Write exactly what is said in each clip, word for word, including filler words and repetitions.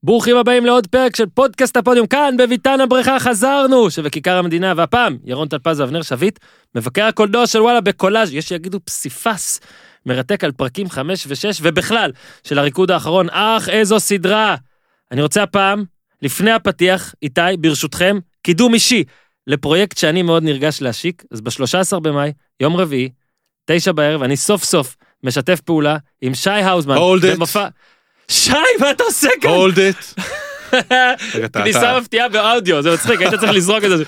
ברוכים הבאים לעוד פרק של פודקאסט הפודיום, כאן בביתן הבריכה חזרנו, שבכיכר המדינה, והפעם ירון טלפז ואבנר שביט, מבקר הקולנוע של וואלה בקולאז', יש שיגידו פסיפס, מרתק על פרקים חמש ושש, ובכלל, של הריקוד האחרון, אך איזו סדרה. אני רוצה הפעם, לפני הפתיח, איתי, ברשותכם, קידום אישי, לפרויקט שאני מאוד נרגש להשיק, אז ב-שלושה עשר במאי, יום רביעי, תשע בערב, אני סוף סוף משתף פעולה עם שי האוזמן. במופע... שי, מה אתה עושה כאן? hold it. כניסה מפתיעה באודיו, זה מצחיק, היית צריך לזרוק את זה.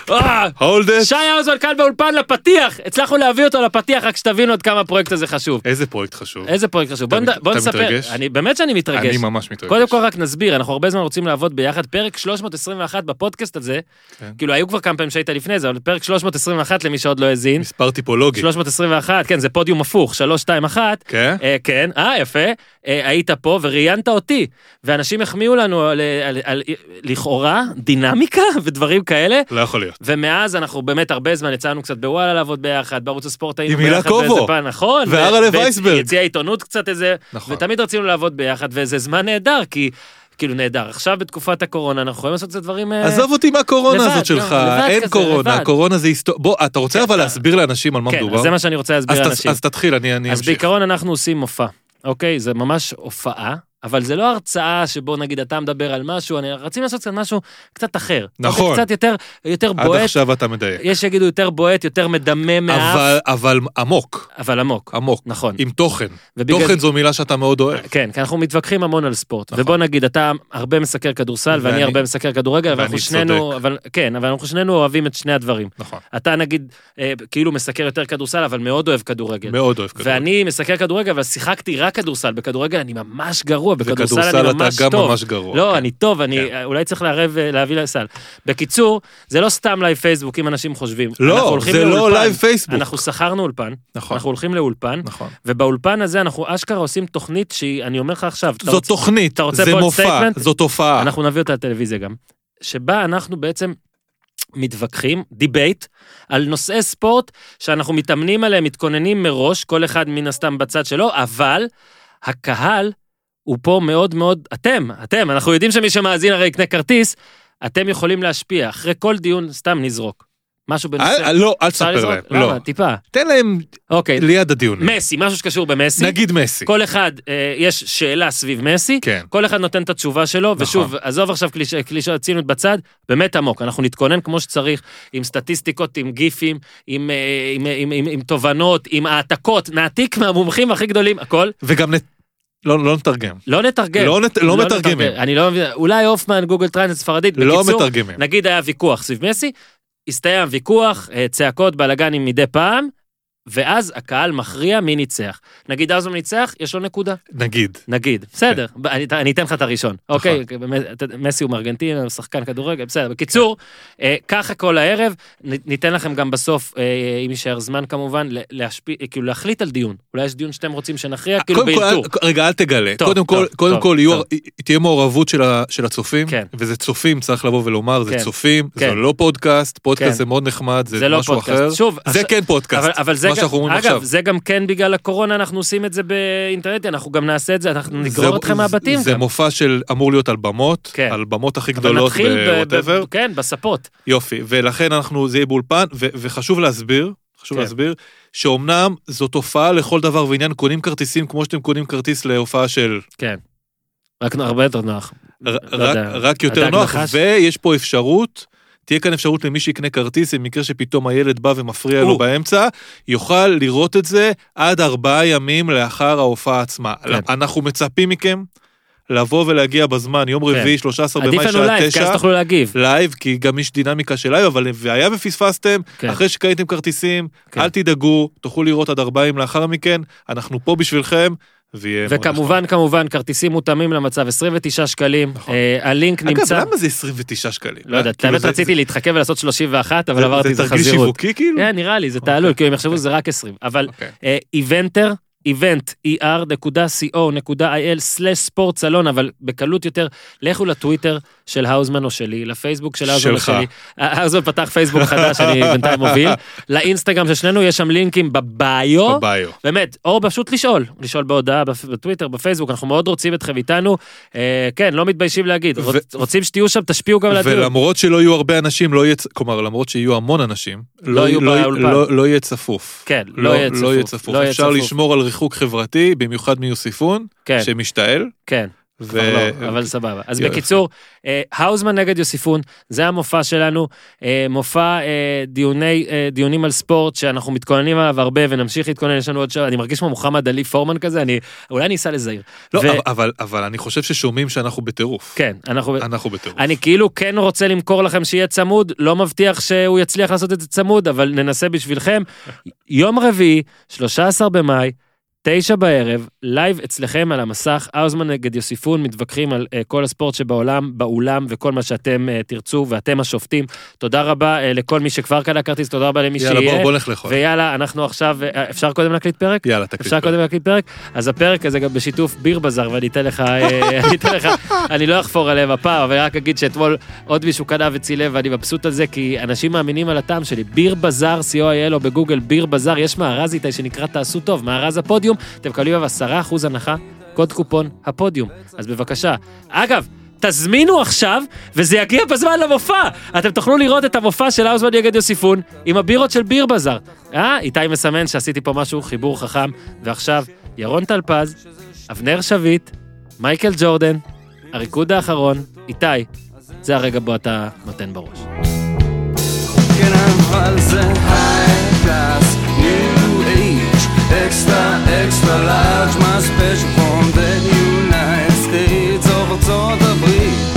hold it. שי האוזמן כאן באולפן לפתיח, הצלחנו להביא אותו לפתיח, רק שתבינו עד כמה הפרויקט הזה חשוב. איזה פרויקט חשוב? איזה פרויקט חשוב? בוא נספר. באמת שאני מתרגש. אני ממש מתרגש. קודם כל רק נסביר, אנחנו הרבה זמן רוצים לעבוד ביחד, פרק שלוש מאות עשרים ואחת בפודקאסט הזה, כאילו היו כבר כמה פעמים שהיית לפני זה, אבל פרק שלוש מאות עשרים ואחת למי שעוד לא הזין. מספר טיפולוגי. שלוש מאות עשרים ואחת, כן, זה פודיום הפוך, שלוש שתיים אחת. כן? כן, אה, יפה. היית פה וראיינת אותי, ואנשים החמיאו לנו על, על, על, לכאורה, דינמיקה ודברים כאלה. לא יכול להיות. ומאז אנחנו באמת הרבה זמן יצאנו קצת בוואלה לעבוד ביחד, בערוץ הספורט היינו ביחד. עם הילה קובו. פעם, נכון. והרלה וייסברג. יציאה עיתונות קצת איזה, נכון. ותמיד רצינו לעבוד ביחד, וזה זמן נהדר, כי... כאילו נהדר. עכשיו בתקופת הקורונה אנחנו יכולים לעשות את הדברים... עזוב אותי מהקורונה לבד, הזאת שלך, לבד אין כזה, קורונה, לבד. הקורונה זה היסטוריה. בוא, אתה רוצה אבל להסביר לאנשים על מה מדובר? כן, זה מה שאני רוצה להסביר אז לאנשים. אז תתחיל, אני אני אז אמשיך. בעיקרון אנחנו עושים מופע, אוקיי? זה ממש הופעה, אבל זה לא הרצאה שבו נגיד אתה מדבר על משהו, אני רוצים לעשות קצת משהו קצת אחר. נכון. קצת יותר, יותר עד בועט. עכשיו אתה מדייק. יש שיגידו יותר בועט, יותר מדמם מהאף. אבל, אבל עמוק. אבל עמוק. עמוק. נכון. עם תוכן. ובגלל... תוכן זו מילה שאתה מאוד אוהב. כן, כי אנחנו מתווכחים המון על ספורט. נכון. ובוא נגיד, אתה הרבה מסקר כדורסל, ואני, ואני הרבה מסקר כדורגל, ואנחנו שנינו, אבל, כן, אבל אנחנו שנינו אוהבים את שני הדברים. נכון. אתה נגיד, אה, כאילו מסקר יותר כדורסל, אבל מאוד אוהב כדורגל. מאוד אוהב כדורגל. ואני מסקר כדורגל, אבל שיחקתי רק כדורסל. בכדורגל אני ממש גרוע, בכדורסל אני ממש אתה טוב. גם ממש גרוע. לא, כן. אני טוב, אני כן. אולי צריך לערב, להביא לסל. בקיצור, זה לא סתם לייב פייסבוק, אם אנשים חושבים. לא, זה לא לייב פייסבוק. אנחנו שכרנו אולפן, נכון. אנחנו הולכים לאולפן, נכון. ובאולפן הזה אנחנו אשכרה עושים תוכנית שהיא, אני אומר לך עכשיו, זו תוכנית, זה מופע, זו תופעה. אנחנו נביא אותה לטלוויזיה גם, שבה אנחנו בעצם מתווכחים, דיבייט, על נושאי ספורט שאנחנו מתאמנים עליהם, מתכוננים מראש, כל אחד מן הסתם בצד שלו, אבל הקהל הוא פה מאוד מאוד, אתם, אתם, אנחנו יודעים שמי שמאזין הרי יקנה כרטיס, אתם יכולים להשפיע, אחרי כל דיון סתם נזרוק. משהו בנושא. לא, אל תספר להם. למה? לא. טיפה. תן להם אוקיי. ליד הדיון. מסי, משהו שקשור במסי. נגיד מסי. כל אחד, אה, יש שאלה סביב מסי, כן. כל אחד נותן את התשובה שלו, נכון. ושוב, עזוב עכשיו קלישאות צינות בצד, באמת עמוק, אנחנו נתכונן כמו שצריך, עם סטטיסטיקות, עם גיפים, עם, אה, עם, עם, עם, עם תובנות, עם העתקות, נעתיק מהמומחים הכי גדולים, הכל. וגם נת... לא, לא נתרגם. לא נתרגם. לא, נת... לא, לא מתרגמים. אני לא מבין, אולי אופמן, גוגל טרנסט ספרדית, לא בקיצור, מתרגמים. נגיד היה ויכוח סביב מסי, הסתיים ויכוח, צעקות, בלגנים מדי פעם, ואז הקהל מכריע מי ניצח. נגיד אז הוא ניצח, יש לו נקודה. נגיד. נגיד, בסדר, אני, אני אתן לך את הראשון. אוקיי, מסי הוא מארגנטינה, הוא שחקן כדורגל, בסדר. בקיצור, ככה כל הערב, ניתן לכם גם בסוף, אם יישאר זמן כמובן, להשפיע, כאילו להחליט על דיון. אולי יש דיון שאתם רוצים שנכריע, כאילו באלתור. רגע, אל תגלה. קודם כל, קודם כל, תהיה מעורבות של הצופים, וזה צופים, צריך לבוא ולומר, זה צופים, זה לא פודקאסט, פודקאסט זה מאוד נחמד, זה משהו אחר. זה כן פודקאסט. אגב, זה גם כן בגלל הקורונה, אנחנו עושים את זה באינטרנט, אנחנו גם נעשה את זה, אנחנו נגרור אתכם מהבתים. זה מופע של אמור להיות על במות, על במות הכי גדולות בווטאבר. כן, בספות. יופי, ולכן אנחנו, זה יהיה באולפן, וחשוב להסביר, חשוב להסביר, שאומנם זו תופעה לכל דבר ועניין, קונים כרטיסים כמו שאתם קונים כרטיס להופעה של... כן, רק הרבה יותר נוח. רק יותר נוח, ויש פה אפשרות, תהיה כאן אפשרות למי שיקנה כרטיס, במקרה שפתאום הילד בא ומפריע לו באמצע, יוכל לראות את זה עד ארבעה ימים לאחר ההופעה עצמה. אנחנו מצפים מכם לבוא ולהגיע בזמן, יום רביעי, שלושה עשר במאי, שעה תשע. עדיף לנו לייב, כי אז תוכלו להגיב. לייב, כי גם יש דינמיקה של לייב, אבל והיה ופספסתם, אחרי שקניתם כרטיסים, אל תדאגו, תוכלו לראות עד ארבעה ימים לאחר מכן, אנחנו פה בשבילכם, וכמובן, כמובן, כרטיסים מותאמים למצב, עשרים ותשעה שקלים, הלינק נמצא... אגב, למה זה עשרים ותשעה שקלים? לא יודע, באמת רציתי להתחכב ולעשות שלושים ואחת, אבל עברתי זה חזירות. זה תרגיל שיווקי כאילו? כן, נראה לי, זה תעלול, כי הם יחשבו שזה רק עשרים, אבל איבנטר, event e r dot c o dot i l סלש ספורט סלון, אבל בקלות יותר, לכו לטוויטר של האוזמן או שלי, לפייסבוק של האוזמן או שלי, האוזמן פתח פייסבוק חדש, אני בינתיים מוביל, לאינסטגרם של שנינו, יש שם לינקים בביו, באמת, או פשוט לשאול, לשאול בהודעה, בטוויטר, בפייסבוק, אנחנו מאוד רוצים אתכם איתנו, כן, לא מתביישים להגיד, רוצים שתהיו שם, תשפיעו גם על הדיון. ולמרות שלא יהיו הרבה אנשים, כלומר, למרות שיהיו המון אנשים, לא יהיה צפוף. כן, לא יהיה צפוף. אפשר לשמור על ריחוק חברתי, במיוחד מיוסיפון, שמשתעל. כן. ו... לא, אבל סבבה. אז בקיצור, האוזמן נגד יוסיפון, זה המופע שלנו, מופע דיוני, דיונים על ספורט, שאנחנו מתכוננים עליו הרבה, ונמשיך להתכונן, יש לנו עוד שעה, אני מרגיש כמו מוחמד עלי פורמן כזה, אני, אולי אני אסע לזהיר. לא, ו... אבל, אבל אני חושב ששומעים שאנחנו בטירוף. כן, אנחנו, אנחנו בטירוף. אני כאילו כן רוצה למכור לכם שיהיה צמוד, לא מבטיח שהוא יצליח לעשות את זה צמוד, אבל ננסה בשבילכם. יום רביעי, שלושה עשר במאי, תשע בערב, לייב אצלכם על המסך, האוזמן נגד יוסיפון, מתווכחים על uh, כל הספורט שבעולם, באולם, וכל מה שאתם uh, תרצו, ואתם השופטים. תודה רבה uh, לכל מי שכבר קנה כרטיס, תודה רבה למי יאללה, שיהיה. יאללה, בוא, בוא לך לכל. ויאללה, אנחנו עכשיו, uh, אפשר קודם להקליט פרק? יאללה, תקליט אפשר פרק. קודם להקליט פרק? אז הפרק הזה גם בשיתוף ביר בזאר, ואני אתן לך, אני אתן לך, אני לא אחפור עליהם הפעם, אבל רק אגיד שאתמול עוד מישהו קנה וצילם, ואני מבסוט על זה, כי אנשים מאמינים על הטעם שלי. ביר בזאר, סי או איי אל או בגוגל, ביר בזאר, יש מארז איתי שנקרא תעשו טוב, מארז הפודיום, אתם קבלים עשרה אחוז הנחה, קוד קופון הפודיום. אז בבקשה. אגב, תזמינו עכשיו, וזה יגיע בזמן למופע. אתם תוכלו לראות את המופע של האוזמן נגד יוסיפון, עם הבירות של ביר בזאר. אה, איתי מסמן שעשיתי פה משהו, חיבור חכם, ועכשיו, ירון טלפז, אבנר שביט, מייקל ג'ורדן, הריקוד האחרון, איתי, זה הרגע בו אתה נותן בראש. כן, אבל זה high class, new age, extra, extra large, my special from the United States of ארצות הברית.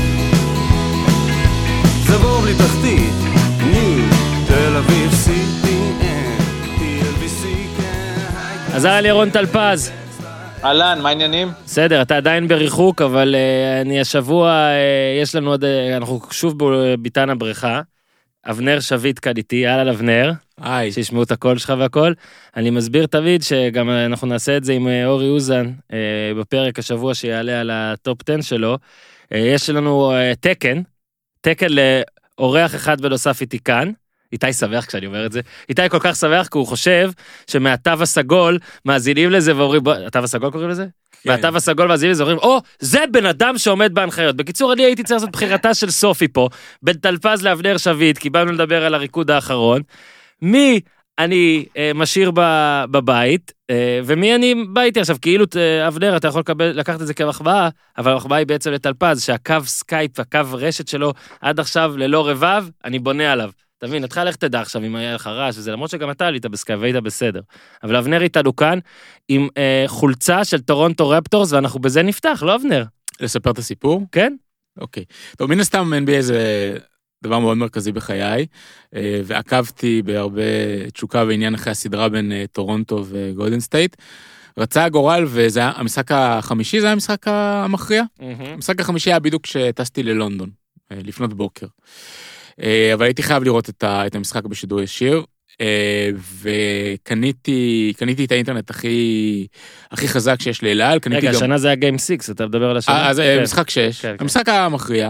זה בור בלי תחתית, new, תל אביב, סי פי אן, טי אל בי סי, כן, אז היה לי ירון טלפז. אהלן, מה העניינים? בסדר, אתה עדיין בריחוק, אבל uh, אני השבוע, uh, יש לנו עוד, uh, אנחנו שוב בביתן הבריכה, אבנר שביט כאן איתי, אהלן אבנר, היי. שישמעו את הקול שלך והכל. אני מסביר תמיד שגם אנחנו נעשה את זה עם אורי אוזן, אה, בפרק השבוע שיעלה על הטופ עשר שלו. אה, יש לנו אה, תקן, תקן לאורח אחד בנוסף איתי כאן. איתי שמח כשאני אומר את זה. איתי כל כך שמח כי הוא חושב שמהתו הסגול מאזינים לזה ואומרים, בוא, התו הסגול קוראים לזה? כן. מהתו הסגול מאזינים לזה ואומרים, או, זה בן אדם שעומד בהנחיות. בקיצור, אני הייתי צריך לעשות בחירתה של סופי פה, בין טלפז לאבנר שביט, כי באנו לדבר על הריקוד האחרון. מי אני אה, משאיר ב, בבית, אה, ומי אני בית עכשיו, כאילו אה, אבנר, אתה יכול לקבל, לקחת את זה כמחבאה, אבל המחבאה היא בעצם לטלפז, שהקו סקייפ, הקו רשת שלו, עד עכשיו ללא רבב, אני בונה עליו. תבין, נתחיל לך תדע עכשיו אם היה לך רעש, וזה למרות שגם אתה עלית בסקייפ והיית בסדר. אבל אבנר איתנו כאן, עם אה, חולצה של טורונטו רפטורס, ואנחנו בזה נפתח, לא אבנר? לספר את הסיפור? כן. אוקיי. טוב, מן הסתם אן בי איי זה דבר מאוד מרכזי בחיי, ועקבתי בהרבה תשוקה בעניין אחרי הסדרה בין טורונטו וגולדן סטייט. רצה הגורל, וזה היה, המשחק החמישי זה היה המשחק המכריע. המשחק החמישי היה בדיוק כשטסתי ללונדון, לפנות בוקר. אבל הייתי חייב לראות את המשחק בשידור ישיר, וקניתי, קניתי את האינטרנט הכי, הכי חזק שיש לאל-על. רגע, השנה זה היה גיים סיקס, אתה מדבר על השנה? אז משחק שש, המשחק המכריע,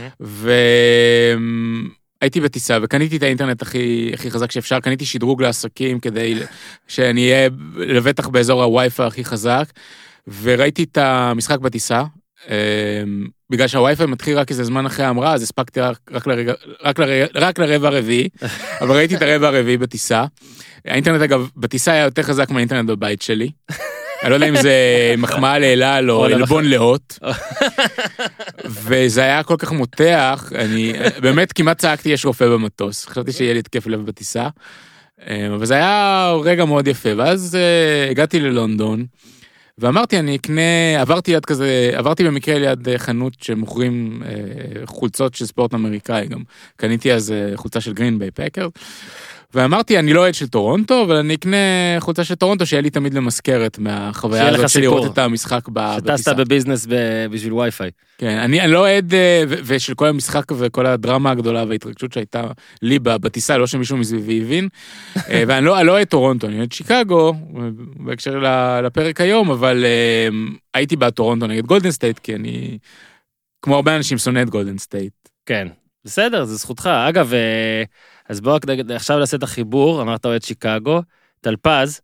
והייתי בטיסה, וקניתי את האינטרנט הכי, הכי חזק שאפשר, קניתי שדרוג לעסקים, כדי שאני אהיה לבטח באזור הווי-פיי הכי חזק, וראיתי את המשחק בטיסה, בגלל שהווי-פיי מתחיל רק איזה זמן אחרי ההמראה, אז הספקתי רק, רק, לרגע, רק, לרגע, רק לרבע הרביעי, אבל ראיתי את הרבע הרביעי בטיסה. האינטרנט, אגב, בטיסה היה יותר חזק מהאינטרנט בבית שלי. אני לא יודע אם זה מחמאה לאל-על או עלבון להוט. וזה היה כל כך מותח, אני באמת כמעט צעקתי, יש רופא במטוס. חשבתי שיהיה לי התקף לב בטיסה. אבל זה היה רגע מאוד יפה. ואז הגעתי ללונדון, ואמרתי, אני אקנה, עברתי ליד כזה, עברתי במקרה ליד חנות שמוכרים אה, חולצות של ספורט אמריקאי, גם קניתי אז חולצה של גרין ביי פקרס, ואמרתי, אני לא אוהד של טורונטו, אבל אני אקנה חולצה של טורונטו, שיהיה לי תמיד למזכרת מהחוויה הזאת של לראות את המשחק בטיסה. שטסת בביזנס בשביל וי-פיי. כן, אני, אני לא אוהד, ושל כל המשחק וכל הדרמה הגדולה וההתרגשות שהייתה לי בטיסה, לא שמישהו מסביבי הבין, ואני לא, לא אוהד טורונטו, אני אוהד שיקגו, בהקשר לפרק היום, אבל הייתי בטורונטו נגד גולדן סטייט, כי אני, כמו הרבה אנשים, שונא את גולדן סטייט. כן, בסדר, זה זכותך. אגב, אז בואו עכשיו נעשה את החיבור, אמרת אוהד שיקגו, טלפז,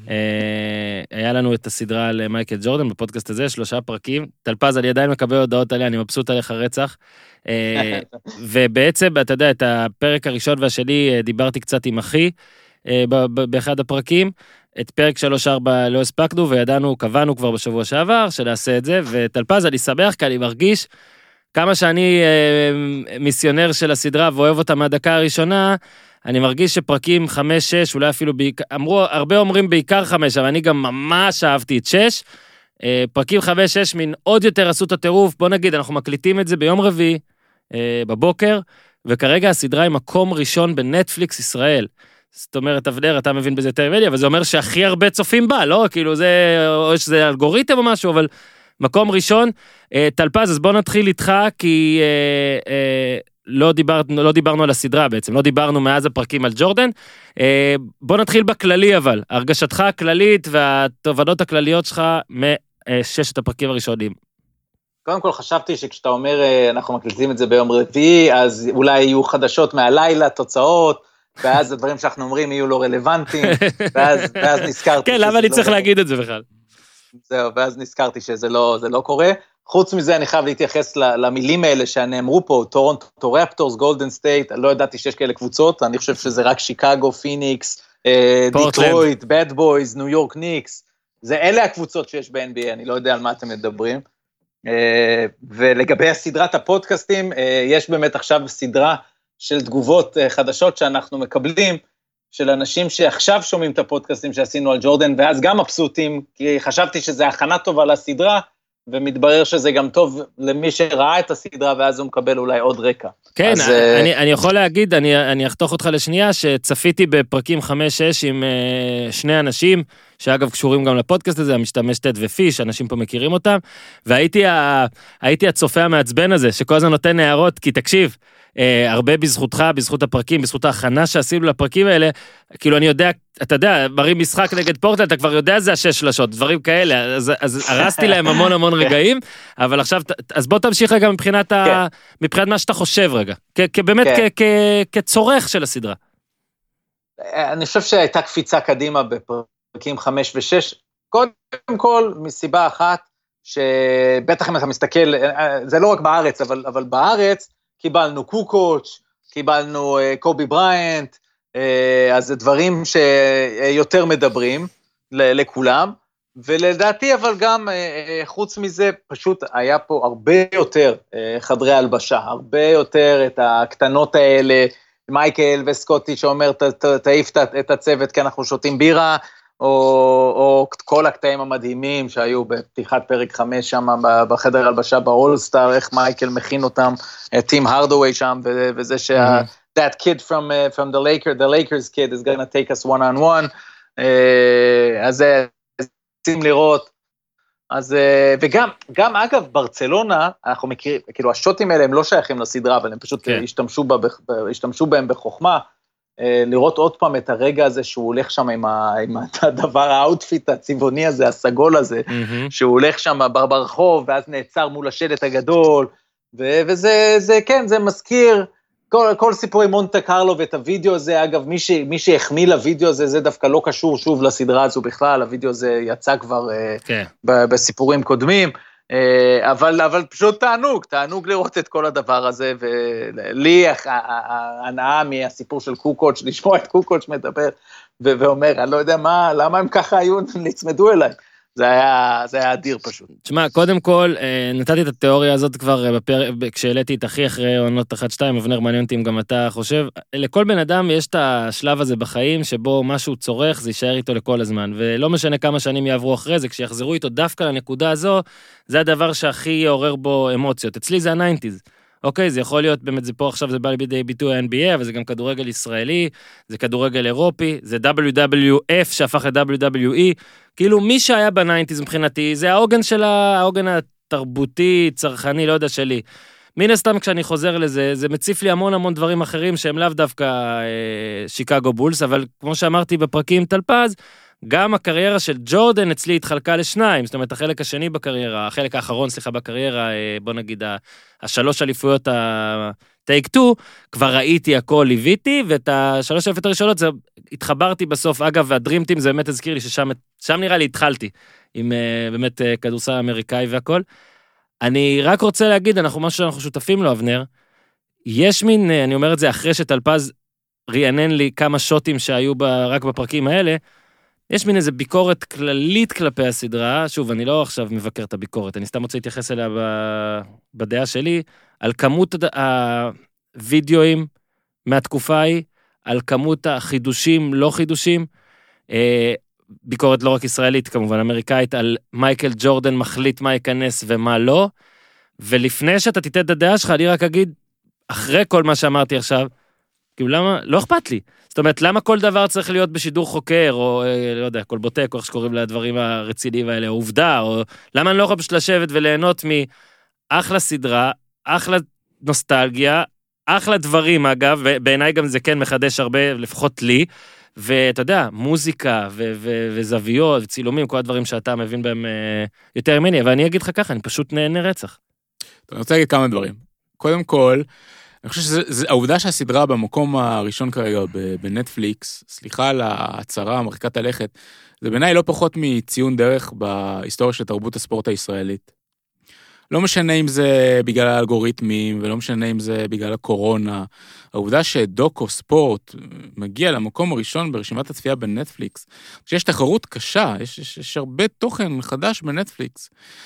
היה לנו את הסדרה על מייקל ג'ורדן בפודקאסט הזה, שלושה פרקים, טלפז, אני עדיין מקבל הודעות עליה, אני מבסוט עליך רצח, ובעצם, אתה יודע, את הפרק הראשון והשני דיברתי קצת עם אחי, באחד הפרקים, את פרק שלוש ארבע לא הספקנו, וידענו, קבענו כבר בשבוע שעבר, שנעשה את זה, וטלפז, אני שמח, כי אני מרגיש, כמה שאני מיסיונר של הסדרה, ואוהב אותה מהדקה הראשונה, אני מרגיש שפרקים חמש, שש, אולי אפילו, אמרו, הרבה אומרים בעיקר חמש, אבל אני גם ממש אהבתי את שש, פרקים חמש, שש, מין עוד יותר עשו את הטירוף, בוא נגיד, אנחנו מקליטים את זה ביום רביעי, בבוקר, וכרגע הסדרה היא מקום ראשון בנטפליקס ישראל, זאת אומרת, אבנר, אתה מבין בזה יותר ממני, אבל זה אומר שהכי הרבה צופים בה, לא? כאילו זה, או שזה אלגוריתם או משהו, אבל מקום ראשון, טלפז, אז בוא נתחיל איתך, כי אה, אה, לא, דיברנו, לא דיברנו על הסדרה בעצם, לא דיברנו מאז הפרקים על ג'ורדן, אה, בוא נתחיל בכללי אבל, הרגשתך הכללית והתובנות הכלליות שלך מששת הפרקים הראשונים. קודם כל חשבתי שכשאתה אומר, אנחנו מקליטים את זה ביום רביעי, אז אולי יהיו חדשות מהלילה, תוצאות, ואז הדברים שאנחנו אומרים יהיו לא רלוונטיים, ואז, ואז נזכרתי. כן, למה אני צריך להגיד את זה בכלל? זהו, ואז נזכרתי שזה לא, זה לא קורה. חוץ מזה, אני חייב להתייחס למילים האלה שנאמרו פה, טורונטו רפטורס, גולדן סטייט, לא ידעתי שיש כאלה קבוצות, אני חושב שזה רק שיקגו, פיניקס, דיטרויט, בד בויז, ניו יורק ניקס, זה אלה הקבוצות שיש ב-אן בי איי, אני לא יודע על מה אתם מדברים. ולגבי הסדרת הפודקאסטים, יש באמת עכשיו סדרה של תגובות חדשות שאנחנו מקבלים, של אנשים שעכשיו שומעים את הפודקאסטים שעשינו על ג'ורדן, ואז גם מבסוטים, כי חשבתי שזה הכנה טובה לסדרה, ומתברר שזה גם טוב למי שראה את הסדרה, ואז הוא מקבל אולי עוד רקע. כן, אז, אני, אני יכול להגיד, אני, אני אחתוך אותך לשנייה, שצפיתי בפרקים חמש שש עם uh, שני אנשים, שאגב קשורים גם לפודקאסט הזה, המשתמש טד ופיש, אנשים פה מכירים אותם, והייתי ה, הייתי הצופה המעצבן הזה, שכל הזמן נותן הערות, כי תקשיב, Uh, הרבה בזכותך, בזכות הפרקים, בזכות ההכנה שעשינו לפרקים האלה, כאילו אני יודע, אתה יודע, מראים משחק נגד פורטלנד, אתה כבר יודע זה השש שלשות, דברים כאלה, אז, אז הרסתי להם המון המון רגעים, אבל עכשיו, אז בוא תמשיך רגע מבחינת, ה, מבחינת מה שאתה חושב רגע, כבאמת כצורך של הסדרה. אני חושב שהייתה קפיצה קדימה בפרקים חמש ושש, קודם כל מסיבה אחת, שבטח אם אתה מסתכל, זה לא רק בארץ, אבל, אבל בארץ, קיבלנו קוקוץ', קיבלנו קובי בריינט, אז זה דברים שיותר מדברים לכולם, ולדעתי אבל גם חוץ מזה, פשוט היה פה הרבה יותר חדרי הלבשה, הרבה יותר את הקטנות האלה, מייקל וסקוטי שאומר, תעיף את הצוות כי אנחנו שותים בירה, או, או כל הקטעים המדהימים שהיו בפתיחת פרק חמש שם בחדר הלבשה באולסטאר, איך מייקל מכין אותם, טים הרדווי שם, וזה שה, mm-hmm. that kid from, uh, from the Lakers, the Lakers kid is gonna take us one on one, uh, אז זה רוצים לראות, אז, uh, וגם, גם אגב, ברצלונה, אנחנו מכירים, כאילו השוטים האלה הם לא שייכים לסדרה, אבל הם פשוט okay. השתמשו, בה, השתמשו בהם בחוכמה, לראות עוד פעם את הרגע הזה שהוא הולך שם עם, ה, עם הדבר, האוטפיט הצבעוני הזה, הסגול הזה, mm-hmm. שהוא הולך שם ברחוב, ואז נעצר מול השלט הגדול, ו, וזה, זה, כן, זה מזכיר, כל, כל סיפורי מונטה קרלו ואת הוידאו הזה, אגב, מי, ש, מי שהחמיא לוידאו הזה, זה דווקא לא קשור שוב לסדרה הזו בכלל, הוידאו הזה יצא כבר okay. ב, בסיפורים קודמים, אבל, אבל פשוט תענוג, תענוג לראות את כל הדבר הזה, ולי ההנאה מהסיפור של קוקוץ', לשמוע את קוקוץ' מדבר, ואומר, אני לא יודע מה, למה הם ככה היו, נצמדו אליי, זה היה, זה היה אדיר פשוט. תשמע, קודם כל, נתתי את התיאוריה הזאת כבר בפר... כשהעליתי את אחי אחרי עונות אחת שתיים, אבנר מעניין אותי אם גם אתה חושב, לכל בן אדם יש את השלב הזה בחיים, שבו משהו צורך, זה יישאר איתו לכל הזמן, ולא משנה כמה שנים יעברו אחרי זה, כשיחזרו איתו דווקא לנקודה הזו, זה הדבר שהכי יעורר בו אמוציות. אצלי זה הניינטיז. אוקיי, זה יכול להיות, באמת זה פה עכשיו, זה בא לידי ביטוי ה-אן בי איי, אבל זה גם כדורגל ישראלי, זה כדורגל אירופי, זה דאבליו דאבליו אף שהפך ל-דאבליו דאבליו אי, כאילו מי שהיה בניינטיז מבחינתי, זה העוגן של העוגן התרבותי, צרכני, לא יודע שלי. מן הסתם כשאני חוזר לזה, זה מציף לי המון המון דברים אחרים, שהם לאו דווקא אה, שיקגו בולס, אבל כמו שאמרתי בפרקים טלפז, גם הקריירה של ג'ורדן אצלי התחלקה לשניים, זאת אומרת, החלק השני בקריירה, החלק האחרון, סליחה, בקריירה, בוא נגיד, השלוש אליפויות הטייק טו, כבר ראיתי הכל, ליוויתי, ואת השלוש אליפויות הראשונות, זה התחברתי בסוף, אגב, והדרימטים, זה באמת הזכיר לי ששם שם נראה לי התחלתי, עם באמת כדורסל אמריקאי והכל. אני רק רוצה להגיד, אנחנו משהו שאנחנו שותפים לו, אבנר, יש מין, אני אומר את זה אחרי שטלפז רענן לי כמה שוטים שהיו רק בפרקים האלה, יש מין איזו ביקורת כללית כלפי הסדרה, שוב, אני לא עכשיו מבקר את הביקורת, אני סתם רוצה להתייחס אליה בדעה שלי, על כמות הווידאוים מהתקופה ההיא, על כמות החידושים, לא חידושים, ביקורת לא רק ישראלית, כמובן, אמריקאית, על מייקל ג'ורדן מחליט מה ייכנס ומה לא, ולפני שאתה תיתן את הדעה שלך, אני רק אגיד, אחרי כל מה שאמרתי עכשיו, כאילו למה, לא אכפת לי. זאת אומרת, למה כל דבר צריך להיות בשידור חוקר, או לא יודע, כל בוטק, או איך שקוראים לדברים הרציניים האלה, או עובדה, או למה אני לא יכול פשוט לשבת וליהנות מאחלה סדרה, אחלה נוסטלגיה, אחלה דברים אגב, ובעיניי גם זה כן מחדש הרבה, לפחות לי, ואתה יודע, מוזיקה ו- ו- וזוויות וצילומים, כל הדברים שאתה מבין בהם יותר ממני, אבל אני אגיד לך ככה, אני פשוט נהנה רצח. אני רוצה להגיד כמה דברים. קודם כל, אני חושב שהעובדה שהסדרה במקום הראשון כרגע בנטפליקס, סליחה על ההצהרה המרחיקת הלכת, זה בעיניי לא פחות מציון דרך בהיסטוריה של תרבות הספורט הישראלית. לא משנה אם זה בגלל האלגוריתמים, ולא משנה אם זה בגלל הקורונה. העובדה שדוקו ספורט מגיע למקום הראשון ברשימת הצפייה בנטפליקס, שיש תחרות קשה, יש, יש, יש הרבה תוכן מחדש בנטפליקס.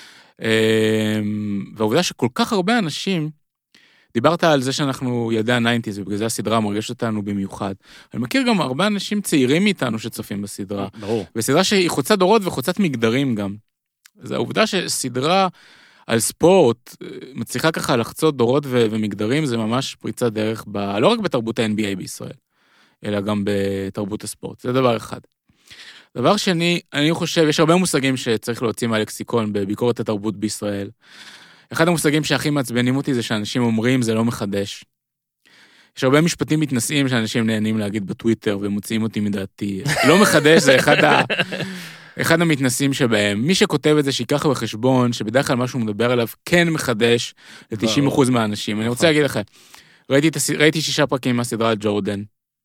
והעובדה שכל כך הרבה אנשים, דיברת על זה שאנחנו ילדי הניינטיז, ובגלל זה הסדרה מרגשת אותנו במיוחד. אני מכיר גם הרבה אנשים צעירים מאיתנו שצופים בסדרה. ברור. וסדרה שהיא חוצת דורות וחוצת מגדרים גם. זו העובדה שסדרה על ספורט מצליחה ככה לחצות דורות ו- ומגדרים, זה ממש פריצת דרך, ב- לא רק בתרבות ה-אן בי איי בישראל, אלא גם בתרבות הספורט. זה דבר אחד. דבר שני, אני חושב, יש הרבה מושגים שצריך להוציא מהלקסיקון בביקורת התרבות בישראל. אחד המושגים שהכי מעצבנים אותי זה שאנשים אומרים, זה לא מחדש. יש הרבה משפטים מתנשאים שאנשים נהנים להגיד בטוויטר, ומוציאים אותי מדעתי. לא מחדש, זה אחד, ה... אחד המתנסים שבהם. מי שכותב את זה, שיקח בחשבון, שבדרך כלל משהו מדבר עליו, כן מחדש ל-תשעים אחוז מהאנשים. אני רוצה להגיד לכם, ראיתי, הס... ראיתי שישה פרקים מהסדרה על ג'ורדן.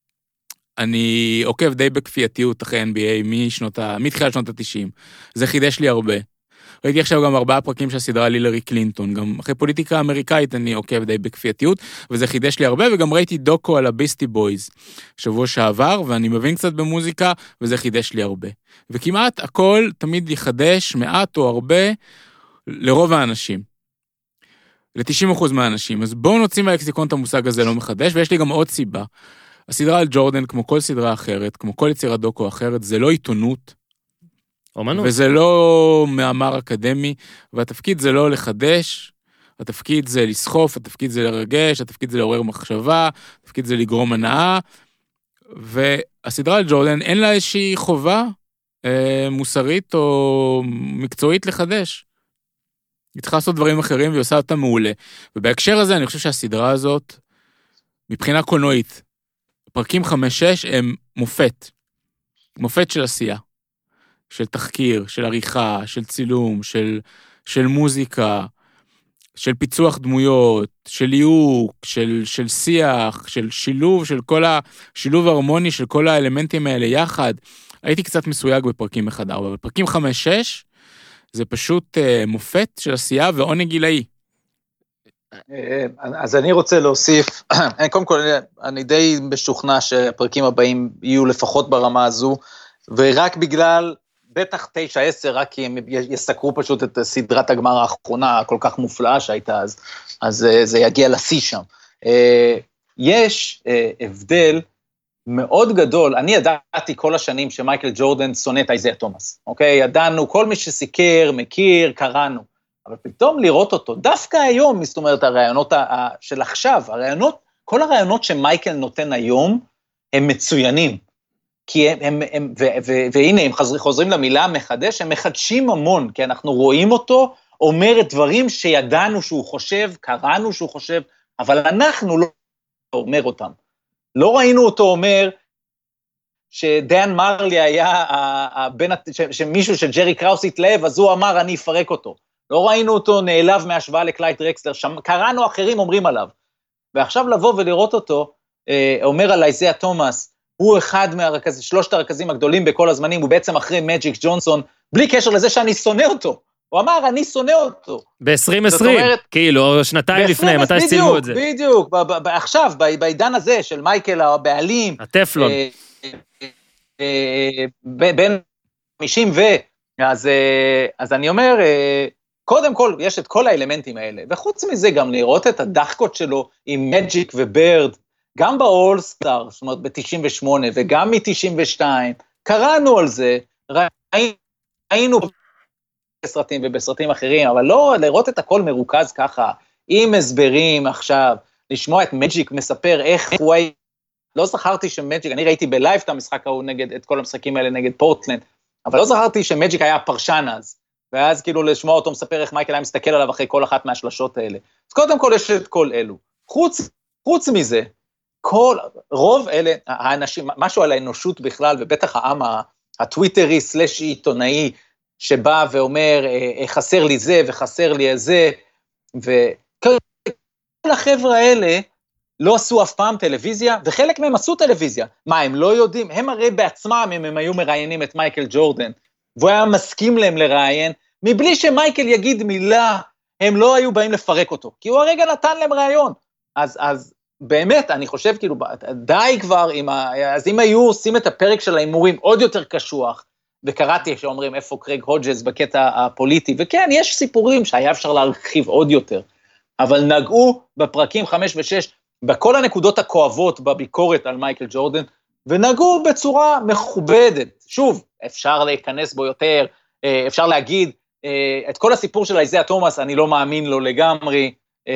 אני עוקב די בכפייתיות אחרי אן בי איי משנות ה... מתחילת שנות ה-תשעים. זה חידש לי הרבה. ראיתי עכשיו גם ארבעה פרקים של הסדרה על הילרי קלינטון, גם אחרי פוליטיקה אמריקאית אני עוקב די בכפייתיות, וזה חידש לי הרבה, וגם ראיתי דוקו על הביסטי בויז שבוע שעבר, ואני מבין קצת במוזיקה, וזה חידש לי הרבה. וכמעט הכל תמיד יחדש, מעט או הרבה, לרוב האנשים. ל-תשעים אחוז מהאנשים. אז בואו נוציא מהלקסיקון את המושג הזה לא מחדש, ויש לי גם עוד סיבה. הסדרה על ג'ורדן, כמו כל סדרה אחרת, כמו כל יצירת דוקו אחרת, זה לא עיתונות, אומנות. וזה לא מאמר אקדמי, והתפקיד זה לא לחדש, התפקיד זה לסחוף, התפקיד זה לרגש, התפקיד זה לעורר מחשבה, התפקיד זה לגרום הנאה, והסדרה על ג'ורדן אין לה איזושהי חובה אה, מוסרית או מקצועית לחדש. היא צריכה לעשות דברים אחרים והיא עושה אותה מעולה. ובהקשר הזה אני חושב שהסדרה הזאת, מבחינה קולנועית, פרקים חמש שש הם מופת, מופת של עשייה. של תחקיר, של עריכה, של צילום, של, של מוזיקה, של פיצוח דמויות, של ליהוק, של, של שיח, של שילוב, של כל השילוב ההרמוני של כל האלמנטים האלה יחד. הייתי קצת מסויג בפרקים אחד ארבע, אבל בפרקים חמש שש זה פשוט uh, מופת של עשייה ועונג גילאי. אז אני רוצה להוסיף, קודם כל אני די משוכנע שהפרקים הבאים יהיו לפחות ברמה הזו, ורק בגלל בטח תשע עשר, רק כי הם יסקרו פשוט את סדרת הגמר האחרונה, הכל כך מופלאה שהייתה אז, אז זה יגיע לשיא שם. יש הבדל מאוד גדול, אני ידעתי כל השנים שמייקל ג'ורדן שונא את איזיה תומאס, אוקיי? ידענו, כל מי שסיקר, מכיר, קראנו. אבל פתאום לראות אותו, דווקא היום, זאת אומרת, הרעיונות של עכשיו, הרעיונות, כל הרעיונות שמייקל נותן היום, הם מצוינים, כי הם, הם, הם ו, ו, והנה, הם חוזרים, חוזרים למילה מחדש, הם מחדשים המון, כי אנחנו רואים אותו, אומר את דברים שידענו שהוא חושב, קראנו שהוא חושב, אבל אנחנו לא אומר אותם. לא ראינו אותו אומר, שדן מרלי היה הבן, שמישהו שג'רי קראוס התלהב, אז הוא אמר, אני אפרק אותו. לא ראינו אותו נעלב מהשוואה לקלייד דרקסלר, קראנו אחרים אומרים עליו. ועכשיו לבוא ולראות אותו, אומר על איזיה תומאס, הוא אחד מהרכזים, שלושת הרכזים הגדולים בכל הזמנים, הוא בעצם אחרי מג'יק ג'ונסון, בלי קשר לזה שאני שונא אותו. הוא אמר, אני שונא אותו. ב-עשרים עשרים, כאילו, שנתיים לפני, מתי שצילמו את זה? בדיוק, בדיוק, עכשיו, בעידן הזה של מייקל הבעלים, הטפלון. בין חמישים ו... אז אני אומר, קודם כל, יש את כל האלמנטים האלה, וחוץ מזה גם לראות את הדחקות שלו עם מג'יק וברד, גם באולסטאר, זאת אומרת ב-תשעים ושמונה, וגם מ-תשעים ושתיים, קראנו על זה, ראינו בסרטים ובסרטים אחרים, אבל לא לראות את הכל מרוכז ככה, עם הסברים עכשיו, לשמוע את מג'יק מספר איך הוא היה, לא זכרתי שמג'יק, אני ראיתי בלייב את המשחק ההוא נגד, את כל המשחקים האלה נגד פורטלנד, אבל לא זכרתי שמג'יק היה פרשן אז, ואז כאילו לשמוע אותו מספר איך מייקל היה מסתכל עליו אחרי כל אחת מהשלשות האלה. אז קודם כל יש את כל אלו. חוץ, חוץ מזה, כל, רוב אלה, האנשים, משהו על האנושות בכלל, ובטח העם הטוויטרי סלש עיתונאי, שבא ואומר, חסר לי זה וחסר לי זה, וכל החבר'ה האלה לא עשו אף פעם טלוויזיה, וחלק מהם עשו טלוויזיה. מה, הם לא יודעים? הם הרי בעצמם, הם, הם היו מראיינים את מייקל ג'ורדן, והוא היה מסכים להם לראיין, מבלי שמייקל יגיד מילה, הם לא היו באים לפרק אותו, כי הוא הרגע נתן להם ראיון. אז, אז באמת, אני חושב, כאילו, די כבר, עם ה... אז אם היו עושים את הפרק של האימורים עוד יותר קשוח, וקראתי שאומרים איפה קרייג הודג'ס בקטע הפוליטי, וכן, יש סיפורים שהיה אפשר להרחיב עוד יותר, אבל נגעו בפרקים חמש ושש, בכל הנקודות הכואבות בביקורת על מייקל ג'ורדן, ונגעו בצורה מכובדת. שוב, אפשר להיכנס בו יותר, אפשר להגיד, את כל הסיפור של איזיה תומאס, אני לא מאמין לו לגמרי,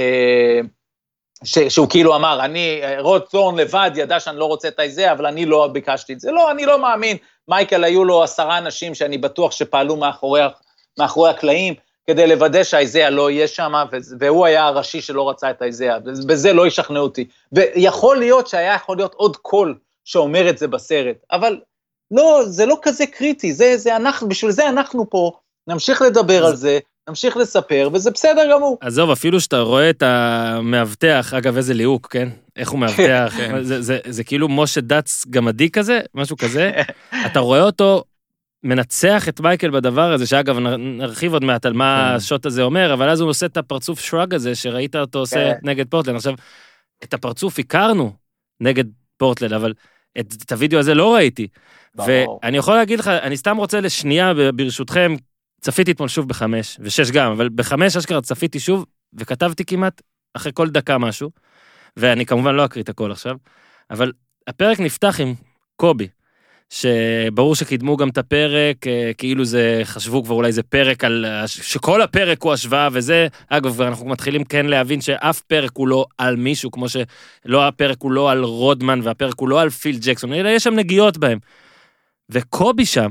שהוא כאילו אמר, אני, רוד תורן לבד ידע שאני לא רוצה את איזיה, אבל אני לא ביקשתי את זה. לא, אני לא מאמין. מייקל היו לו עשרה אנשים שאני בטוח שפעלו מאחורי, מאחורי הקלעים, כדי לוודא שהאיזיה לא יהיה שם, והוא היה הראשי שלא רצה את האיזיה, בזה לא ישכנע אותי. ויכול להיות שהיה יכול להיות עוד קול שאומר את זה בסרט, אבל לא, זה לא כזה קריטי, זה, זה אנחנו, בשביל זה אנחנו פה, נמשיך לדבר על זה, נמשיך לספר, וזה בסדר גמור. עזוב, אפילו שאתה רואה את המאבטח, אגב, איזה ליהוק, כן? איך הוא מאבטח, זה, זה, זה כאילו משה דץ גמדי כזה, משהו כזה, אתה רואה אותו מנצח את מייקל בדבר הזה, שאגב, נרחיב עוד מעט על מה השוט הזה אומר, אבל אז הוא עושה את הפרצוף שרג הזה, שראית אותו עושה נגד פורטלנד. עכשיו, את הפרצוף הכרנו נגד פורטלנד, אבל את, את הוידאו הזה לא ראיתי. ואני יכול להגיד לך, אני סתם רוצה לשנייה, ברשותכם, צפיתי אתמול שוב בחמש, ושש גם, אבל בחמש אשכרה צפיתי שוב, וכתבתי כמעט אחרי כל דקה משהו, ואני כמובן לא אקריא את הכל עכשיו, אבל הפרק נפתח עם קובי, שברור שקידמו גם את הפרק, כאילו זה, חשבו כבר אולי זה פרק על, שכל הפרק הוא השוואה וזה, אגב, אנחנו מתחילים כן להבין שאף פרק הוא לא על מישהו, כמו שלא הפרק הוא לא על רודמן, והפרק הוא לא על פיל ג'קסון, אלא יש שם נגיעות בהם. וקובי שם,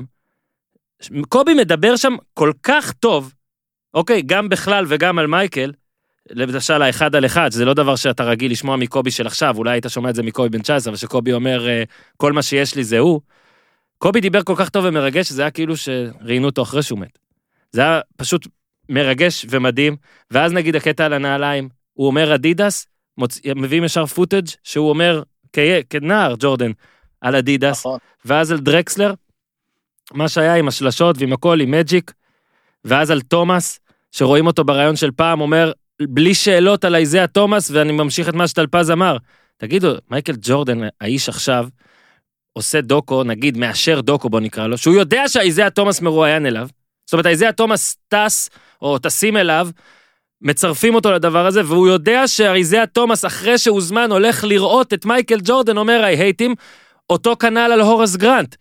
קובי מדבר שם כל כך טוב, אוקיי, גם בכלל וגם על מייקל, למשל האחד על אחד, שזה לא דבר שאתה רגיל לשמוע מקובי של עכשיו, אולי היית שומע את זה מקובי בן תשע עשרה, אבל שקובי אומר, כל מה שיש לי זה הוא, קובי דיבר כל כך טוב ומרגש, שזה היה כאילו שראינו אותו אחרי שהוא מת. זה היה פשוט מרגש ומדהים, ואז נגיד הקטע על הנעליים, הוא אומר אדידס, מוצ... מביאים ישר פוטאג' שהוא אומר, כ... כנער ג'ורדן, על אדידס, נכון. ואז על דרקסלר, מה שהיה עם השלשות ועם הכל, עם מג'יק, ואז על תומאס, שרואים אותו ברעיון של פעם, אומר, בלי שאלות על איזיה תומאס, ואני ממשיך את מה שטלפז אמר. תגידו, מייקל ג'ורדן, האיש עכשיו, עושה דוקו, נגיד, מאשר דוקו, בוא נקרא לו, שהוא יודע שהאיזיה תומאס מרואיין אליו, זאת אומרת, האיזיה תומאס טס, או טסים אליו, מצרפים אותו לדבר הזה, והוא יודע שהאיזיה תומאס, אחרי שהוא זמן, הולך לראות את מייקל ג'ורדן, אומר, I hate him, אותו כנל על הורס גרנט.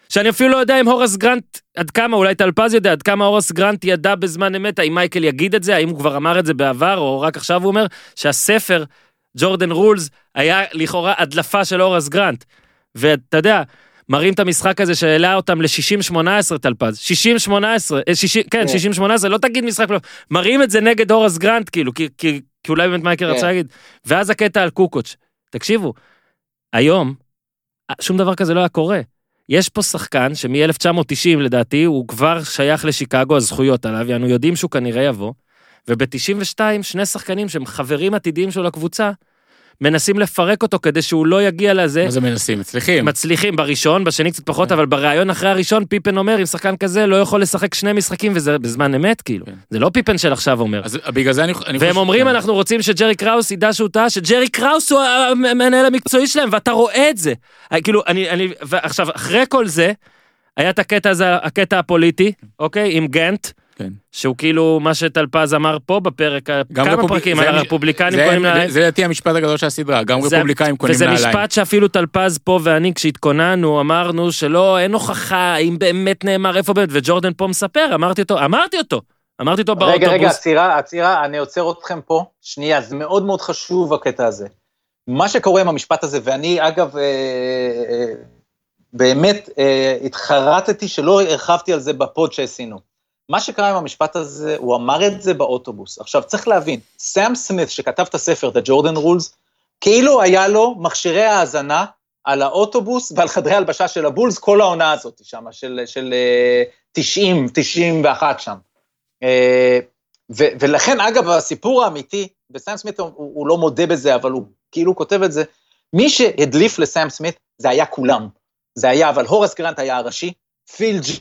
שאני אפילו לא יודע אם הורס גרנט, עד כמה, אולי טלפז יודע, עד כמה הורס גרנט ידע בזמן אמת, האם מייקל יגיד את זה, האם הוא כבר אמר את זה בעבר, או רק עכשיו הוא אומר, שהספר, ג'ורדן רולס, היה לכאורה הדלפה של הורס גרנט. ואתה יודע, מראים את המשחק הזה שהעלה אותם ל-שישים שמונה עשרה טלפז, שישים שמונה עשרה, כן, שישים שמונה עשרה, לא תגיד משחק, מראים את זה נגד הורס גרנט, כאילו, כי, כי, כי אולי באמת מייקל רצה להגיד, ואז הקטע על קוקוץ'. תקשיבו, היום, שום דבר כזה לא היה קורה. יש פה שחקן שמ-אלף תשע מאות תשעים לדעתי, הוא כבר שייך לשיקגו, הזכויות עליו, ואנו יודעים שהוא כנראה יבוא, וב-תשעים ושתיים, שני שחקנים שהם חברים עתידיים של הקבוצה, מנסים לפרק אותו כדי שהוא לא יגיע לזה. מה זה מנסים? מצליחים. מצליחים בראשון, בשני קצת פחות, אבל ברעיון אחרי הראשון, פיפן אומר, אם שחקן כזה לא יכול לשחק שני משחקים, וזה בזמן אמת, כאילו. זה לא פיפן של עכשיו אומר. אז בגלל זה אני... והם אומרים, אנחנו רוצים שג'רי קראוס ידע שהוא טעה, שג'רי קראוס הוא המנהל המקצועי שלהם, ואתה רואה את זה. כאילו, אני, אני, ועכשיו, אחרי כל זה, היה את הקטע הזה, הקטע הפוליטי, אוקיי, עם גנט, כן. שהוא כאילו מה שטלפז אמר פה בפרק, כמה רפוב... פרקים על הרפובליקנים קונים נעליים. זה לדעתי המשפט הגדול של הסדרה, גם זה... רפובליקנים קונים נעליים. וזה משפט שאפילו טלפז פה ואני כשהתכוננו, אמרנו שלא, אין הוכחה, אם באמת נאמר איפה באמת, וג'ורדן פה מספר, אמרתי אותו, אמרתי אותו, אמרתי אותו באוטובוס. רגע, רגע, עצירה, עצירה, אני עוצר אתכם פה, שנייה, זה מאוד מאוד חשוב הקטע הזה. מה שקורה עם המשפט הזה, ואני אגב, אה, אה, באמת אה, התחרטתי שלא הרחבתי על זה בפוד שעשינו. מה שקרה עם המשפט הזה, הוא אמר את זה באוטובוס. עכשיו, צריך להבין, סאם סמית, שכתב את הספר, The Jordan Rules, כאילו היה לו מכשירי האזנה על האוטובוס ועל חדרי הלבשה של הבולס, כל העונה הזאת שם, של, של תשעים, תשעים ואחת שם. ו, ולכן, אגב, הסיפור האמיתי, וסאם סמית הוא, הוא לא מודה בזה, אבל הוא כאילו כותב את זה, מי שהדליף לסאם סמית, זה היה כולם. זה היה, אבל הורס גרנט היה הראשי, פיל ג'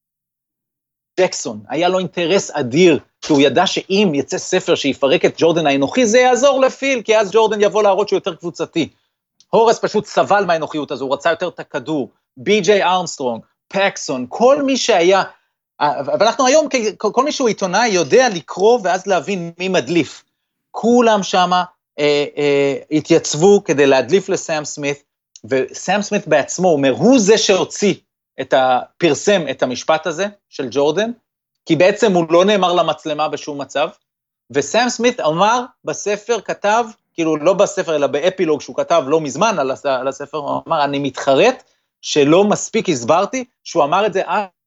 ג'קסון, היה לו אינטרס אדיר, שהוא ידע שאם יצא ספר שיפרק את ג'ורדן האנוכי, זה יעזור לפיל, כי אז ג'ורדן יבוא להראות שהוא יותר קבוצתי. הורס פשוט סבל מהאנוכיות הזו, הוא רצה יותר את הכדור, בי ג'יי ארמסטרונג, פקסון, כל מי שהיה, ואנחנו היום, כל מי שהוא עיתונאי, יודע לקרוא ואז להבין מי מדליף. כולם שמה אה, אה, התייצבו כדי להדליף לסאם סמית, וסאם סמית בעצמו אומר, הוא זה שהוציא, את הפרסם את המשפט הזה של ג'ורדן, כי בעצם הוא לא נאמר למצלמה בשום מצב, וסאם סמית אמר בספר, כתב, כאילו לא בספר אלא באפילוג שהוא כתב לא מזמן על הספר, הוא אמר, אני מתחרט שלא מספיק הסברתי, שהוא אמר את זה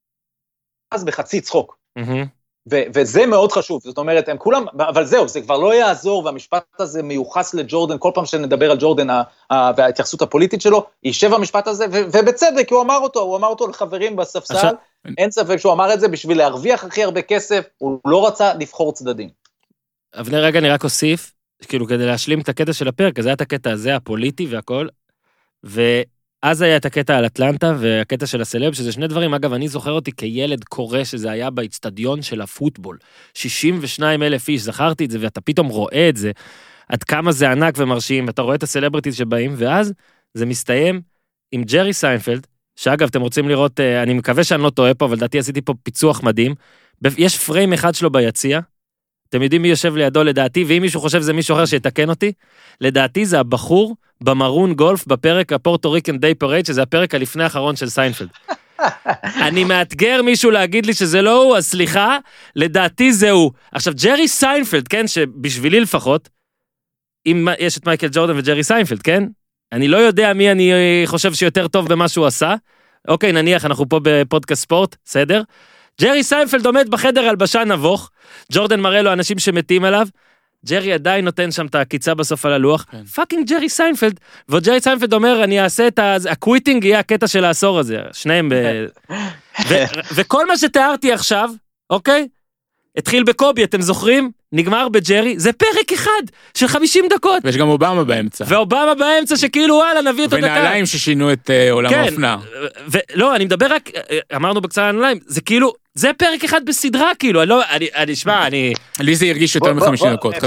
אז בחצי צחוק. Mm-hmm. ו- וזה מאוד חשוב, זאת אומרת, הם כולם, אבל זהו, זה כבר לא יעזור, והמשפט הזה מיוחס לג'ורדן, כל פעם שנדבר על ג'ורדן, ה- ה- וההתייחסות הפוליטית שלו, יישב המשפט הזה, ו- ובצדק, הוא אמר אותו, הוא אמר אותו לחברים בספסל, עכשיו... אין ספק שהוא אמר את זה, בשביל להרוויח הכי הרבה כסף, הוא לא רצה לבחור צדדים. אבנר, רגע, אני רק אוסיף, כאילו, כדי להשלים את הקטע של הפרק, אז היה את הקטע הזה, הפוליטי והכל, ו... אז היה את הקטע על אטלנטה, והקטע של הסלב, שזה שני דברים, אגב, אני זוכר אותי כילד קורא, שזה היה באצטדיון של הפוטבול, שישים ושניים אלף איש, זכרתי את זה, ואתה פתאום רואה את זה, עד כמה זה ענק ומרשים, ואתה רואה את הסלבריטיז שבאים, ואז זה מסתיים עם ג'רי סיינפלד, שאגב, אתם רוצים לראות, אני מקווה שאני לא טועה פה, אבל דעתי עשיתי פה פיצוח מדהים, יש פריים אחד שלו ביציע, אתם יודעים מי יושב לידו לדעתי, ואם מישהו חושב זה מישהו אחר שיתקן אותי, לדעתי זה הבחור במרון גולף בפרק הפורטו ריקן דיי פרייד, שזה הפרק הלפני האחרון של סיינפלד. אני מאתגר מישהו להגיד לי שזה לא הוא, אז סליחה, לדעתי זה הוא. עכשיו, ג'רי סיינפלד, כן, שבשבילי לפחות, אם יש את מייקל ג'ורדן וג'רי סיינפלד, כן? אני לא יודע מי אני חושב שיותר טוב במה שהוא עשה. אוקיי, נניח, אנחנו פה בפודקאסט ספורט, בסדר? ג'רי סיינפלד עומד בחדר הלבשה נבוך, ג'ורדן מראה לו אנשים שמתים עליו, ג'רי עדיין נותן שם את הקיצה בסוף על הלוח, פאקינג ג'רי סיינפלד, וג'רי סיינפלד אומר, אני אעשה את הקוויטינג, יהיה הקטע של העשור הזה, שניהם, וכל מה שתיארתי עכשיו, אוקיי? התחיל בקובי, אתם זוכרים? נגמר בג'רי, זה פרק אחד של חמישים דקות. ויש גם אובמה באמצע. ואובמה באמצע שכאילו, וואלה, נביא אותו דקה. ונעליים ששינו את עולם האופנה. לא, אני מדבר רק, אמרנו בקצרה על נעליים, זה כאילו, זה פרק אחד בסדרה, כאילו, אני לא, אני, שמע, אני... לי זה הרגיש יותר מחמישים דקות.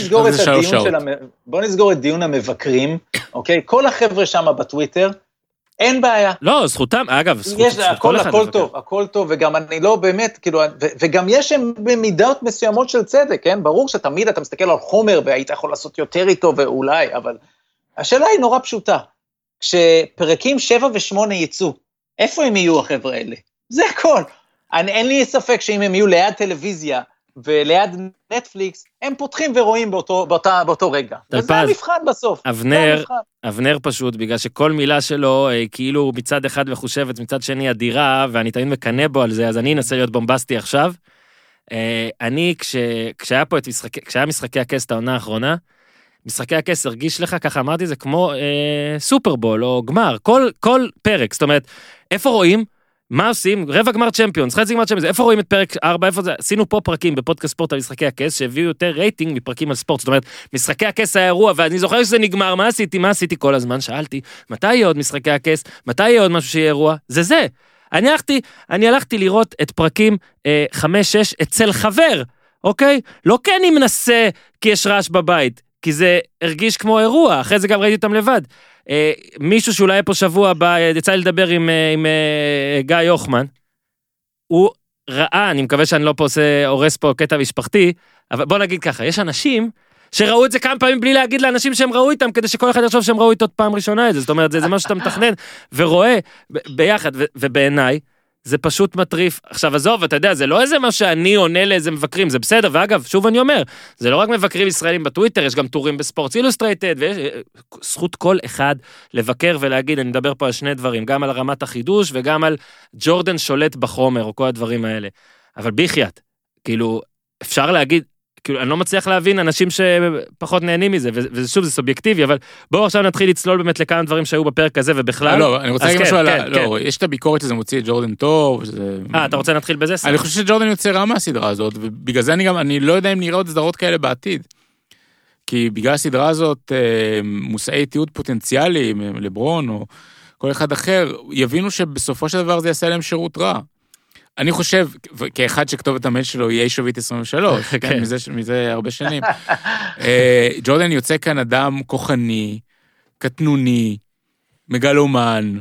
בוא נסגור את דיון המבקרים, אוקיי? כל החבר'ה שם בטוויטר, אין בעיה. לא, זכותם, אגב, זכות, יש, הכל, הכל טוב, הכל טוב, וגם אני לא באמת, כאילו, ו, וגם יש במידות מסוימות של צדק, כן? ברור שתמיד אתה מסתכל על חומר, והיית יכול לעשות יותר איתו, ואולי, אבל השאלה היא נורא פשוטה. כשפרקים שבע ושמונה יצאו, איפה הם יהיו החבר'ה האלה? זה הכל. אני, אין לי ספק שאם הם יהיו ליד טלוויזיה, וליד נטפליקס, הם פותחים ורואים באותו, באותה, באותו רגע. וזה המבחן בסוף. אבנר, אבנר פשוט, בגלל שכל מילה שלו, כאילו מצד אחד מחושבת, מצד שני אדירה, ואני תמיד מקנה בו על זה, אז אני אנסה להיות בומבסטי עכשיו. אני, כש, כשהיה פה את משחקי, כשהיה משחקי הכס את העונה האחרונה, משחקי הכס הרגיש לך, ככה אמרתי, זה כמו אה, סופרבול או גמר, כל, כל פרק, זאת אומרת, איפה רואים? מה עושים? רבע גמר צ'מפיונס, חצי גמר צ'מפיונס, איפה רואים את פרק ארבע, איפה זה? עשינו פה פרקים בפודקאסט ספורט על משחקי הכס, שהביאו יותר רייטינג מפרקים על ספורט, זאת אומרת, משחקי הכס היה אירוע, ואני זוכר שזה נגמר, מה עשיתי? מה עשיתי כל הזמן? שאלתי, מתי יהיה עוד משחקי הכס? מתי יהיה עוד משהו שיהיה אירוע? זה זה. אני הלכתי, אני הלכתי לראות את פרקים אה, חמש שש אצל חבר, אוקיי? לא כן אני מנסה כי יש רעש בבית, כי זה הרגיש כמו אירוע, אחרי זה גם ראיתי אותם לבד. אה, מישהו שאולי היה פה שבוע הבא, יצא לי לדבר עם, עם אה, גיא יוחמן, הוא ראה, אני מקווה שאני לא פה עושה, הורס פה קטע משפחתי, אבל בוא נגיד ככה, יש אנשים שראו את זה כמה פעמים בלי להגיד לאנשים שהם ראו איתם, כדי שכל אחד יחשוב שהם ראו איתו פעם ראשונה את זה, זאת אומרת, זה, זה משהו שאתה מתכנן ורואה ב- ביחד, ו- ובעיניי, זה פשוט מטריף. עכשיו, עזוב, אתה יודע, זה לא איזה מה שאני עונה לאיזה מבקרים, זה בסדר, ואגב, שוב אני אומר, זה לא רק מבקרים ישראלים בטוויטר, יש גם טורים בספורט אילוסטרייטד, ויש זכות כל אחד לבקר ולהגיד, אני מדבר פה על שני דברים, גם על רמת החידוש, וגם על ג'ורדן שולט בחומר, או כל הדברים האלה. אבל ביחייאת, כאילו, אפשר להגיד, כאילו, אני לא מצליח להבין אנשים שפחות נהנים מזה, ושוב, זה סובייקטיבי, אבל בואו עכשיו נתחיל לצלול באמת לכמה דברים שהיו בפרק הזה, ובכלל... לא, אני רוצה להגיד משהו על... לא, יש את הביקורת שזה מוציא את ג'ורדן טוב, אה, אתה רוצה להתחיל בזה? אני חושב שג'ורדן יוצא רע מהסדרה הזאת, ובגלל זה אני גם, אני לא יודע אם נראה עוד סדרות כאלה בעתיד. כי בגלל הסדרה הזאת, מושאי תיעוד פוטנציאלי, לברון או כל אחד אחר, יבינו שבסופו של דבר זה יעשה להם שירות רע. אני חושב, כאחד שכתוב את המייל שלו, יהיה שווית עשרים ושלוש, כן, מזה, מזה הרבה שנים. ג'ורדן יוצא כאן אדם כוחני, קטנוני, מגלומן,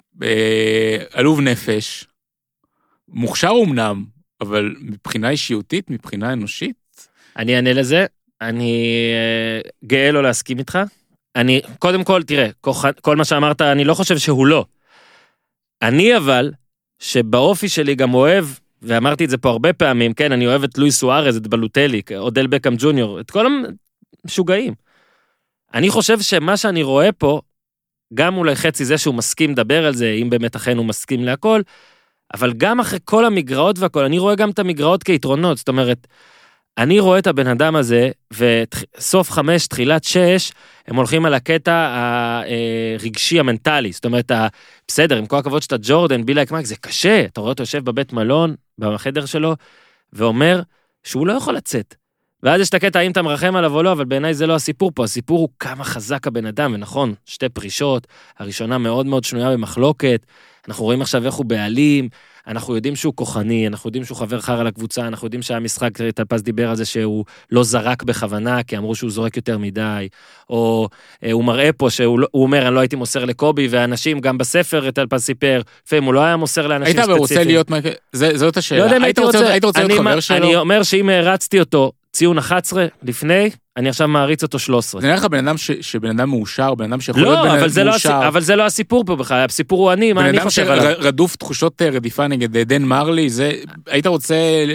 עלוב נפש, מוכשר אומנם, אבל מבחינה אישיותית, מבחינה אנושית. אני אענה לזה, אני גאה לא להסכים איתך. אני, קודם כל, תראה, כל מה שאמרת, אני לא חושב שהוא לא. אני אבל... שבאופי שלי גם אוהב, ואמרתי את זה פה הרבה פעמים, כן, אני אוהב את לואיס סוארז, את בלוטלי, אודל בקאם ג'וניור, את כל המשוגעים. אני חושב שמה שאני רואה פה, גם אולי חצי זה שהוא מסכים לדבר על זה, אם באמת אכן הוא מסכים להכל, אבל גם אחרי כל המגרעות והכל, אני רואה גם את המגרעות כיתרונות, זאת אומרת, אני רואה את הבן אדם הזה, וסוף חמש, תחילת שש, הם הולכים על הקטע הרגשי, המנטלי, זאת אומרת, בסדר, עם כל הכבוד שאתה ג'ורדן, בי לייק מייק, זה קשה, אתה רואה אותו יושב בבית מלון, בחדר שלו, ואומר שהוא לא יכול לצאת. ואז יש את הקטע, האם אתה מרחם עליו או לא, אבל בעיניי זה לא הסיפור פה, הסיפור הוא כמה חזק הבן אדם, ונכון, שתי פרישות, הראשונה מאוד מאוד שנויה במחלוקת, אנחנו רואים עכשיו איך הוא בעלים, אנחנו יודעים שהוא כוחני, אנחנו יודעים שהוא חבר חר על הקבוצה, אנחנו יודעים שהמשחק, טלפז דיבר על זה שהוא לא זרק בכוונה, כי אמרו שהוא זורק יותר מדי, או הוא מראה פה שהוא הוא אומר, אני לא הייתי מוסר לקובי, ואנשים גם בספר, טלפז סיפר, לפעמים הוא לא היה מוסר לאנשים ספציפיים. היית רוצה להיות, זאת השאלה, לא היית רוצה להיות חבר שלו? אני אומר שאם הרצתי אותו, ציון אחת עשרה לפני, אני עכשיו מעריץ אותו שלוש עשרה. זה נראה לך בן אדם שבן אדם מאושר, בן אדם שיכול להיות בן אדם מאושר. אבל זה לא הסיפור פה בכלל, הסיפור הוא אני, מה אני חושב עליו. בן אדם שרדוף תחושות רדיפה נגד דן מרלי, זה, היית רוצה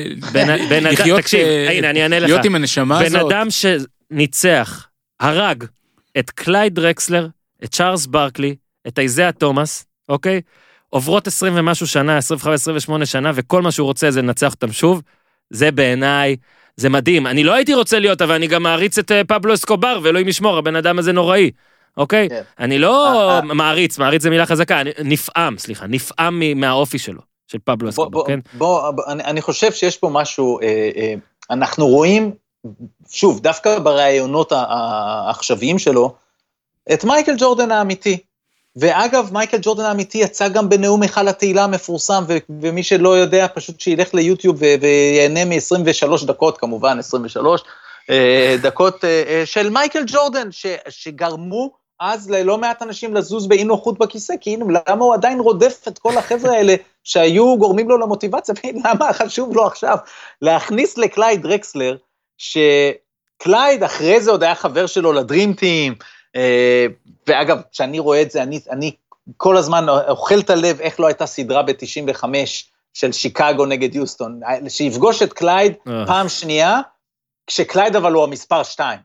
להיות עם הנשמה הזאת? בן אדם שניצח, הרג את קלייד דרקסלר, את צ'ארלס ברקלי, את איזאה תומאס, אוקיי? עוברות עשרים ומשהו שנה, עשרים וחמש עשרים ושמונה שנה, וכל מה שהוא רוצה זה לנצח אותם שוב. זה בעיניי, זה מדהים. אני לא הייתי רוצה להיות, אבל אני גם מעריץ את פבלו אסקובר, ואלוהים ישמור, הבן אדם הזה נוראי. אוקיי? אני לא מעריץ, מעריץ זה מילה חזקה, נפעם, סליחה, נפעם מהאופי שלו, של פבלו אסקובר, כן? בוא, אני חושב שיש פה משהו, אנחנו רואים, שוב, דווקא ברעיונות העכשוויים שלו, את מייקל ג'ורדן האמיתי. ואגב, מייקל ג'ורדן האמיתי יצא גם בנאום היכל התהילה המפורסם, ומי שלא יודע, פשוט שילך ליוטיוב ויהנה מ-עשרים ושלוש דקות, כמובן, עשרים ושלוש דקות של מייקל ג'ורדן, שגרמו אז ללא מעט אנשים לזוז באי נוחות בכיסא, כי הנה, למה הוא עדיין רודף את כל החבר'ה האלה, שהיו גורמים לו למוטיבציה, ולמה חשוב לו עכשיו להכניס לקלייד דרקסלר, שקלייד אחרי זה עוד היה חבר שלו לדרים טים, ואגב, כשאני רואה את זה, אני, אני כל הזמן אוכל את הלב, איך לא הייתה סדרה ב-תשעים וחמש של שיקגו נגד יוסטון, שיפגוש את קלייד פעם שנייה, כשקלייד אבל הוא המספר שתיים.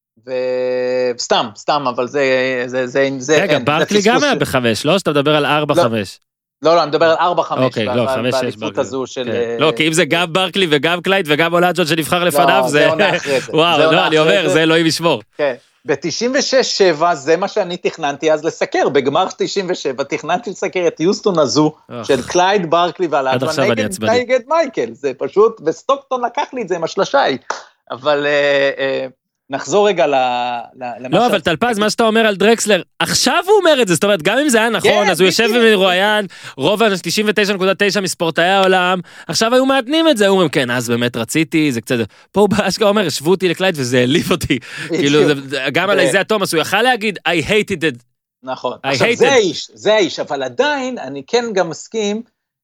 וסתם, סתם, אבל זה, זה, זה, זה, רגע, ברקלי גם היה בחמש, לא? שאתה מדבר על ארבע חמש. לא, לא, אני מדבר על ארבע חמש. אוקיי, לא, חמש שש ברקלי. הזו של... לא, כי אם זה גם ברקלי וגם קלייד וגם אולג'ון שנבחר לפניו, זה... זה עונה אחרי זה. וואו, לא, אני אומר, זה אלוהים ישמור. כן. ב-תשעים ושש שבע זה מה שאני תכננתי אז לסקר, בגמר תשעים ושבע תכננתי לסקר את יוסטון הזו, של קלייד, ברקלי ואלג'ון נגד מייקל, זה פשוט, וסטוקטון לקח לי את זה עם השלשי, אבל נחזור רגע למה... לא, אבל תלפז, מה שאתה אומר על דרקסלר, עכשיו הוא אומר את זה, זאת אומרת, גם אם זה היה נכון, אז הוא יושב ומרואיין, רוב ה-תשעים ותשע נקודה תשע מספורטאי העולם, עכשיו היו מעטנים את זה, אומרים, כן, אז באמת רציתי, זה קצת... פה הוא באשכרה אומר, שבו אותי לקלייד וזה העליב אותי. כאילו, גם על איזה תומאס, הוא יכל להגיד, I hated it. נכון. עכשיו, זה האיש, זה האיש, אבל עדיין, אני כן גם מסכים,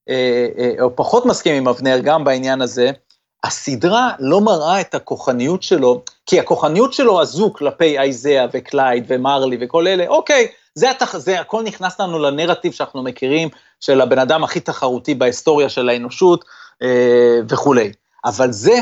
או פחות מסכים עם אבנר, גם בעניין הזה, הסדרה לא מראה את הכוחניות שלו, כי הכוחניות שלו הזו כלפי אייזאה וקלייד ומרלי וכל אלה, אוקיי, זה, התח... זה הכל נכנס לנו לנרטיב שאנחנו מכירים, של הבן אדם הכי תחרותי בהיסטוריה של האנושות אה, וכו'. אבל זה,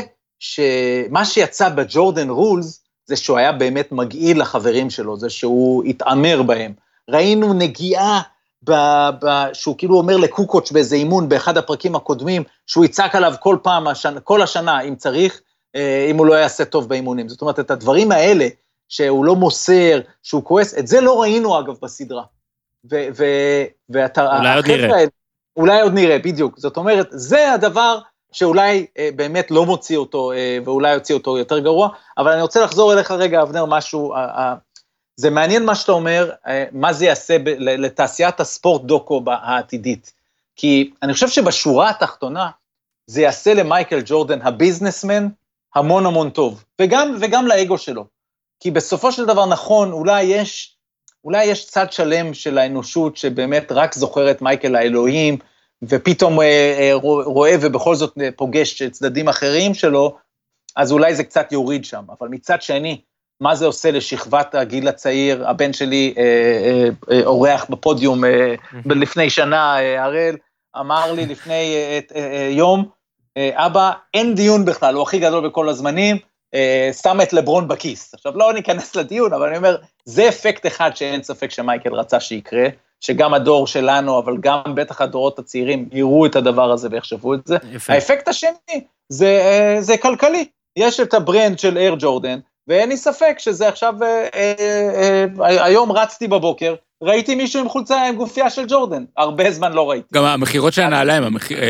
שמה שיצא בג'ורדן רולס, זה שהוא היה באמת מגעיל לחברים שלו, זה שהוא התאמר בהם. ראינו נגיעה, ב, ב, שהוא כאילו אומר לקוקוץ' באיזה אימון, באחד הפרקים הקודמים, שהוא יצעק עליו כל פעם, השנה, כל השנה, אם צריך, אם הוא לא יעשה טוב באימונים. זאת אומרת, את הדברים האלה, שהוא לא מוסר, שהוא כועס, את זה לא ראינו אגב בסדרה. ו, ו, ואתה, אולי עוד נראה. האלה, אולי עוד נראה, בדיוק. זאת אומרת, זה הדבר שאולי אה, באמת לא מוציא אותו, אה, ואולי יוציא אותו יותר גרוע, אבל אני רוצה לחזור אליך רגע, אבנר, משהו, אה, אה, זה מעניין מה שאתה אומר, מה זה יעשה לתעשיית הספורט דוקו העתידית, כי אני חושב שבשורה התחתונה, זה יעשה למייקל ג'ורדן, הביזנסמן, המון המון טוב, וגם, וגם לאגו שלו, כי בסופו של דבר נכון, אולי יש, אולי יש צד שלם של האנושות, שבאמת רק זוכר את מייקל האלוהים, ופתאום רואה ובכל זאת פוגש צדדים אחרים שלו, אז אולי זה קצת יוריד שם, אבל מצד שני, מה זה עושה לשכבת הגיל הצעיר, הבן שלי אה, אה, אה, אורח בפודיום אה, לפני שנה, אה, הראל, אמר לי לפני אה, אה, יום, אה, אבא, אין דיון בכלל, הוא הכי גדול בכל הזמנים, אה, שם את לברון בכיס. עכשיו לא ניכנס לדיון, אבל אני אומר, זה אפקט אחד שאין ספק שמייקל רצה שיקרה, שגם הדור שלנו, אבל גם בטח הדורות הצעירים, יראו את הדבר הזה ויחשבו את זה. יפה. האפקט השני, זה, אה, זה כלכלי. יש את הברנד של אייר ג'ורדן, ואין לי ספק שזה עכשיו, אה, אה, אה, היום רצתי בבוקר, ראיתי מישהו עם חולצה עם גופייה של ג'ורדן, הרבה זמן לא ראיתי. גם המחירות של הנעליים,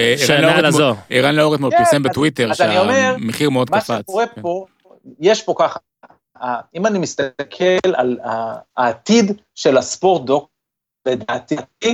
ערן לאורט מאוד פרסם בטוויטר, שהמחיר מאוד קפץ. מה שקורה פה, יש פה ככה, אם אני מסתכל על העתיד של הספורט דוק, לדעתי,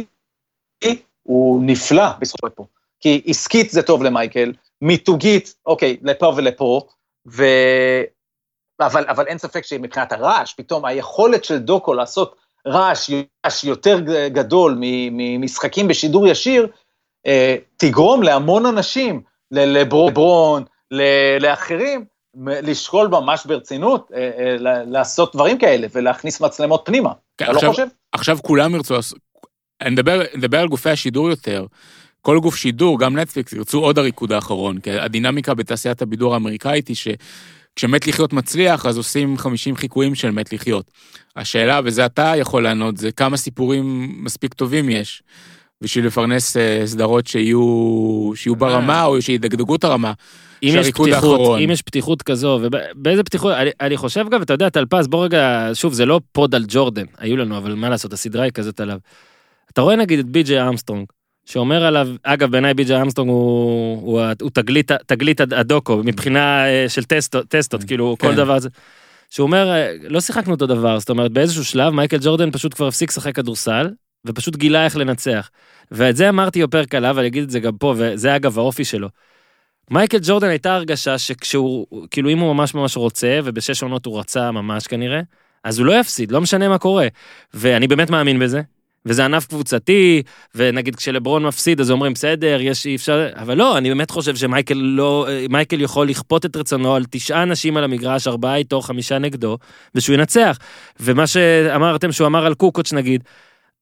הוא נפלא בסופו פה, כי עסקית זה טוב למייקל, מיתוגית, אוקיי, לפה ולפה, ו... אבל, אבל אין ספק שמבחינת הרעש, פתאום היכולת של דוקו לעשות רעש, רעש יותר גדול ממשחקים בשידור ישיר, תגרום להמון אנשים, לברון, לאחרים, לשקול ממש ברצינות, לעשות דברים כאלה, ולהכניס מצלמות פנימה. אתה לא חושב? עכשיו כולם ירצו, אני מדבר על גופי השידור יותר, כל גוף שידור, גם נטפליקס, ירצו עוד הריקוד האחרון, כי הדינמיקה בתעשיית הבידור האמריקאית היא ש... כשמת לחיות מצליח, אז עושים חמישים חיקויים של מת לחיות. השאלה, וזה אתה יכול לענות, זה כמה סיפורים מספיק טובים יש, בשביל לפרנס סדרות שיהיו, שיהיו ברמה, או שידגדגו את הרמה, אם יש פתיחות, אם יש פתיחות כזו, ובאיזה פתיחות, אני, אני חושב גם, אתה יודע, תלפז, בוא רגע, שוב, זה לא פוד על ג'ורדן, היו לנו, אבל מה לעשות, הסדרה היא כזאת עליו. אתה רואה נגיד את בי.ג'יי ארמסטרונג, שאומר עליו, אגב, בעיניי בי.ג'יי ארמסטרונג הוא, הוא, הוא תגלית, תגלית הדוקו, מבחינה של טסטות, טסטות, כאילו, כל דבר זה. שהוא אומר, לא שיחקנו אותו דבר, זאת אומרת, באיזשהו שלב, מייקל ג'ורדן פשוט כבר הפסיק לשחק כדורסל, ופשוט גילה איך לנצח. ואת זה אמרתי יותר קלה, ואני אגיד את זה גם פה, וזה אגב האופי שלו. מייקל ג'ורדן הייתה הרגשה שכשהוא, כאילו אם הוא ממש ממש רוצה, ובשש עונות הוא רצה ממש כנראה, אז הוא לא יפסיד, לא משנה מה קורה. ואני באמת מאמין בזה, וזה ענף קבוצתי, ונגיד כשלברון מפסיד, אז אומרים, בסדר, יש, אי אפשר, אבל לא, אני באמת חושב שמייקל לא, מייקל יכול לכפות את רצונו על תשעה אנשים על המגרש, ארבעה איתו, חמישה נגדו, ושהוא ינצח. ומה שאמרתם שהוא אמר על קוקוץ' נגיד,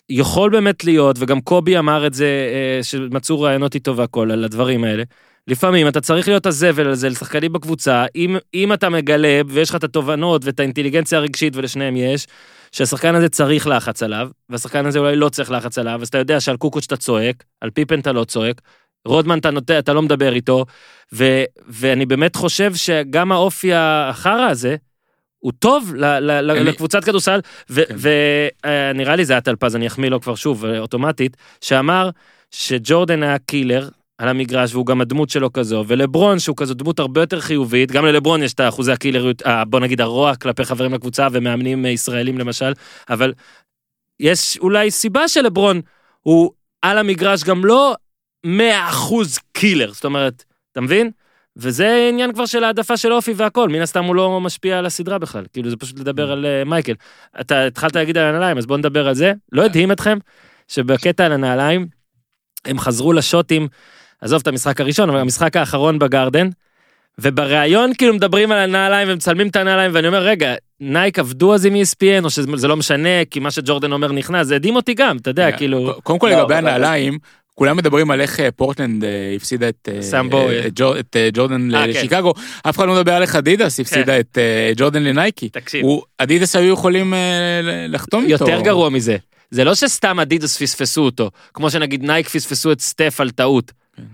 יכול באמת להיות, וגם קובי אמר את זה, שמצאו רעיונות איתו והכל, על הדברים האלה, לפעמים אתה צריך להיות הזבל על זה, לשחקנים בקבוצה, אם, אם אתה מגלה, ויש לך את התובנות ואת האינטליגנציה הרגשית, ולשניהם יש, שהשחקן הזה צריך לחץ עליו, והשחקן הזה אולי לא צריך לחץ עליו, אז אתה יודע שעל קוקוץ' אתה צועק, על פיפן אתה לא צועק, רודמן אתה נוטה, אתה לא מדבר איתו, ו, ואני באמת חושב שגם האופי החרא הזה, הוא טוב ל, ל, ל, אני... לקבוצת כדורסל, ונראה כן. לי זה הטלפז, אני אחמיא לו כבר שוב, אוטומטית, שאמר שג'ורדן היה קילר, על המגרש, והוא גם הדמות שלו כזו, ולברון, שהוא כזו דמות הרבה יותר חיובית, גם ללברון יש את האחוזי הקילריות, בוא נגיד הרוע כלפי חברים לקבוצה, ומאמנים ישראלים למשל, אבל יש אולי סיבה שלברון, הוא על המגרש גם לא מאה אחוז קילר, זאת אומרת, אתה מבין? וזה עניין כבר של העדפה של אופי והכל, מן הסתם הוא לא משפיע על הסדרה בכלל, כאילו זה פשוט לדבר על מייקל. אתה התחלת להגיד על הנעליים, אז בוא נדבר על זה, לא הדהים אתכם, שבקטע על הנעליים, הם חזרו לשוטים, עזוב את המשחק הראשון, אבל המשחק האחרון בגרדן, ובריאיון כאילו מדברים על הנעליים, ומצלמים את הנעליים, ואני אומר, רגע, נייק עבדו אז עם E S P N, או שזה לא משנה, כי מה שג'ורדן אומר נכנס, זה הדהים אותי גם, אתה יודע, כאילו... קודם כל לגבי הנעליים, כולם מדברים על איך פורטלנד הפסידה את ג'ורדן לשיקגו, אף אחד לא מדבר על איך אדידס הפסידה את ג'ורדן לנייקי. תקשיב. אדידס היו יכולים לחתום איתו. יותר גרוע מזה. זה לא שסתם אדידס פספסו אותו, כמו שנגיד נייק פספסו את סטף על טעות.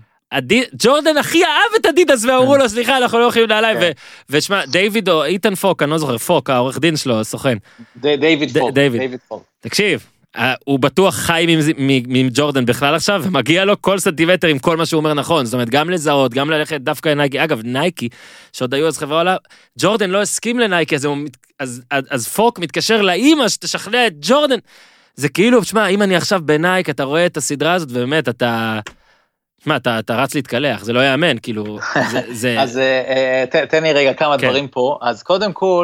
ג'ורדן הכי אהב את אדידס, ואמרו לו, סליחה, אנחנו לא הולכים לעליי, ושמע, דיוויד או איתן פוק, אני לא זוכר, פוק, העורך דין שלו, הסוכן. דיוויד פוק. תקשיב. הוא בטוח חי מג'ורדן בכלל עכשיו, ומגיע לו כל סנטימטר עם כל מה שהוא אומר נכון, זאת אומרת, גם לזהות, גם ללכת דווקא לנייקי, אגב, נייקי, שעוד היו אז חברה עולה, ג'ורדן לא הסכים לנייקי, אז, אז, אז פוק מתקשר לאמא שתשכנע את ג'ורדן, זה כאילו, תשמע, אם אני עכשיו בנייק, אתה רואה את הסדרה הזאת, ובאמת, אתה, תשמע, אתה, אתה רץ להתקלח, זה לא יאמן, כאילו, זה... זה... אז ת, תן לי רגע כמה כן. דברים פה, אז קודם כל,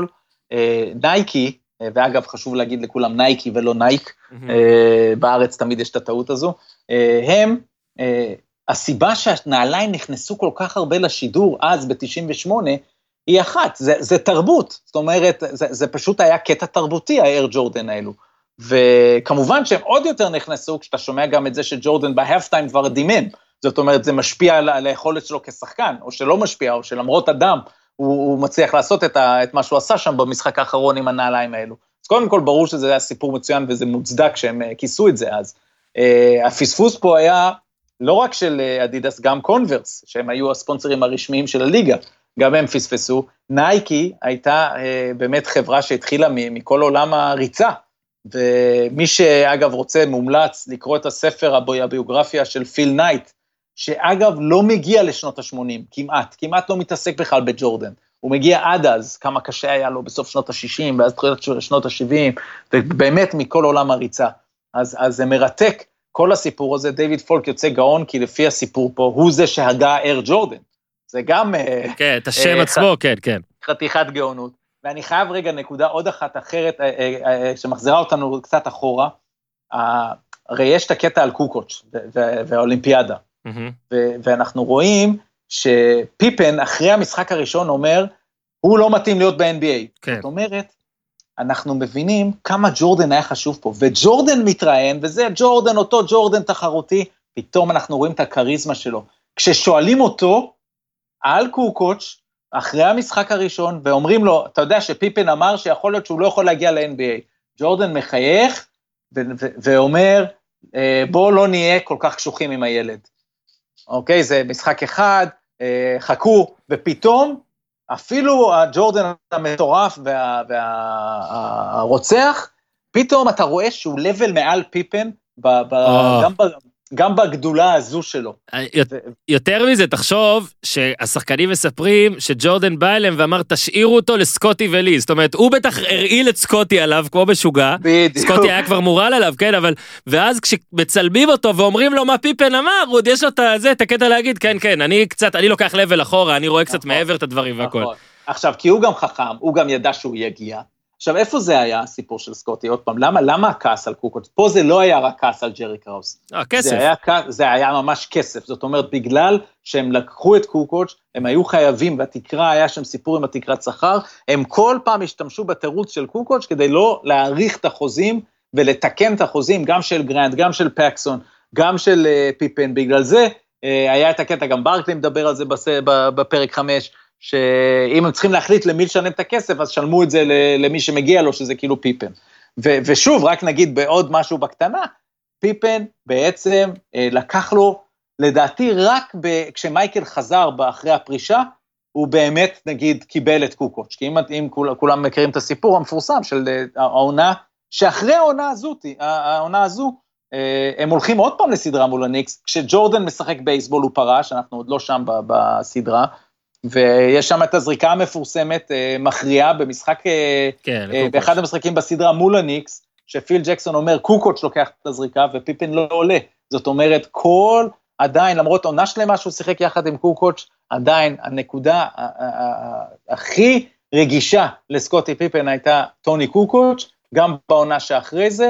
נייקי, ואגב חשוב להגיד לכולם נייקי ולא נייק, mm-hmm. בארץ תמיד יש את הטעות הזו, הם, הסיבה שהנעליים נכנסו כל כך הרבה לשידור אז ב-תשעים ושמונה, היא אחת, זה, זה תרבות, זאת אומרת, זה, זה פשוט היה קטע תרבותי, האר ג'ורדן האלו, וכמובן שהם עוד יותר נכנסו, כשאתה שומע גם את זה שג'ורדן בהאפטיים כבר דימן, זאת אומרת, זה משפיע על, על היכולת שלו כשחקן, או שלא משפיע, או שלמרות אדם, הוא, הוא מצליח לעשות את, ה, את מה שהוא עשה שם במשחק האחרון עם הנעליים האלו. אז קודם כל ברור שזה היה סיפור מצוין וזה מוצדק שהם כיסו את זה אז. Uh, הפספוס פה היה לא רק של אדידס, גם קונברס, שהם היו הספונסרים הרשמיים של הליגה, גם הם פספסו. נייקי הייתה uh, באמת חברה שהתחילה מכל עולם הריצה, ומי שאגב רוצה מומלץ לקרוא את הספר הביוגרפיה של פיל נייט, שאגב לא מגיע לשנות ה-שמונים, כמעט, כמעט לא מתעסק בכלל בג'ורדן, הוא מגיע עד אז, כמה קשה היה לו בסוף שנות ה-שישים, ואז תחילת שנות ה-שבעים, ובאמת מכל עולם הריצה, אז, אז זה מרתק, כל הסיפור הזה, דיוויד פולק יוצא גאון, כי לפי הסיפור פה, הוא זה שהגה אר ג'ורדן, זה גם... כן, את השם עצמו, כן, כן. חתיכת גאונות, ואני חייב רגע נקודה עוד אחת אחרת, שמחזירה אותנו קצת אחורה, הרי יש את הקטע על קוקוץ' והאולימפיאדה, ואנחנו רואים שפיפן אחרי המשחק הראשון אומר, הוא לא מתאים להיות ב-אן בי איי. זאת אומרת, אנחנו מבינים כמה ג'ורדן היה חשוב פה, וג'ורדן מתראיין, וזה ג'ורדן, אותו ג'ורדן תחרותי, פתאום אנחנו רואים את הקריזמה שלו. כששואלים אותו על קוקוץ' אחרי המשחק הראשון, ואומרים לו, אתה יודע שפיפן אמר שיכול להיות שהוא לא יכול להגיע ל-אן בי איי. ג'ורדן מחייך ואומר, בוא לא נהיה כל כך קשוחים עם הילד. אוקיי, זה משחק אחד, חכו, ופתאום, אפילו הג'ורדן המטורף והרוצח, פתאום אתה רואה שהוא לבל מעל פיפן, גם ב... גם בגדולה הזו שלו. יותר מזה, תחשוב שהשחקנים מספרים שג'ורדן בא אליהם ואמר, תשאירו אותו לסקוטי ולי. זאת אומרת, הוא בטח הרעיל את סקוטי עליו, כמו בשוגע. בדיוק. סקוטי היה כבר מורל עליו, כן, אבל... ואז כשמצלמים אותו ואומרים לו מה פיפן אמר, עוד יש לו את זה, את הקטע להגיד, כן, כן, אני קצת, אני לוקח לבל אחורה, אני רואה קצת מעבר את הדברים והכל. עכשיו, כי הוא גם חכם, הוא גם ידע שהוא יגיע. עכשיו, איפה זה היה הסיפור של סקוטי? עוד פעם, למה, למה הכעס על קוקוץ'? פה זה לא היה רק כעס על ג'רי קראוס. אה, כסף. זה היה, זה היה ממש כסף. זאת אומרת, בגלל שהם לקחו את קוקוץ', הם היו חייבים, והתקרה היה שם סיפור עם התקרת שכר, הם כל פעם השתמשו בתירוץ של קוקוץ' כדי לא להאריך את החוזים ולתקן את החוזים, גם של גרנט, גם של פקסון, גם של פיפן, בגלל זה היה את הקטע, גם ברקלי מדבר על זה בפרק חמש, שאם הם צריכים להחליט למי לשלם את הכסף, אז שלמו את זה למי שמגיע לו, שזה כאילו פיפן. ו- ושוב, רק נגיד בעוד משהו בקטנה, פיפן בעצם לקח לו, לדעתי רק ב- כשמייקל חזר אחרי הפרישה, הוא באמת נגיד קיבל את קוקוץ', כי אם, אם כול, כולם מכירים את הסיפור המפורסם של העונה, שאחרי העונה הזו, העונה הזו, הם הולכים עוד פעם לסדרה מול הניקס, כשג'ורדן משחק בייסבול הוא פרש, אנחנו עוד לא שם בסדרה, ויש שם את הזריקה המפורסמת, מכריעה במשחק, כן, באחד המשחקים בסדרה מול הניקס, שפיל ג'קסון אומר, קוקוץ' לוקח את הזריקה, ופיפן לא עולה. זאת אומרת, כל, עדיין, למרות עונה שלמה שהוא שיחק יחד עם קוקוץ', עדיין, הנקודה הכי רגישה לסקוטי פיפן הייתה טוני קוקוץ', גם בעונה שאחרי זה,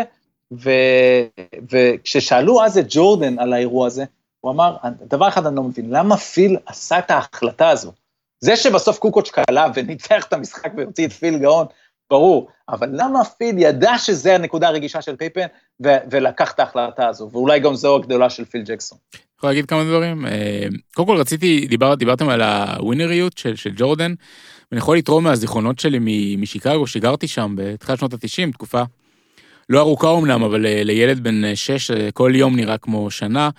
וכששאלו אז את ג'ורדן על האירוע הזה, הוא אמר, דבר אחד אני לא מבין, למה פיל עשה את ההחלטה הזו? זה שבסוף קוקוץ' קלה וניצח את המשחק והוציא את פיל גאון, ברור, אבל למה פיל ידע שזה הנקודה הרגישה של פיפן, ו- ולקח את ההחלטה הזו, ואולי גם זו הגדולה של פיל ג'קסון. יכול להגיד כמה דברים? קודם כל רציתי, דיבר, דיברתם על הווינריות של, של ג'ורדן, ואני יכול לתרום מהזיכרונות שלי משיקגו, שגרתי שם בתחילת שנות ה-תשעים, תקופה לא ארוכה אומנם, אבל לילד בן שש, כל יום נראה כמו שנה,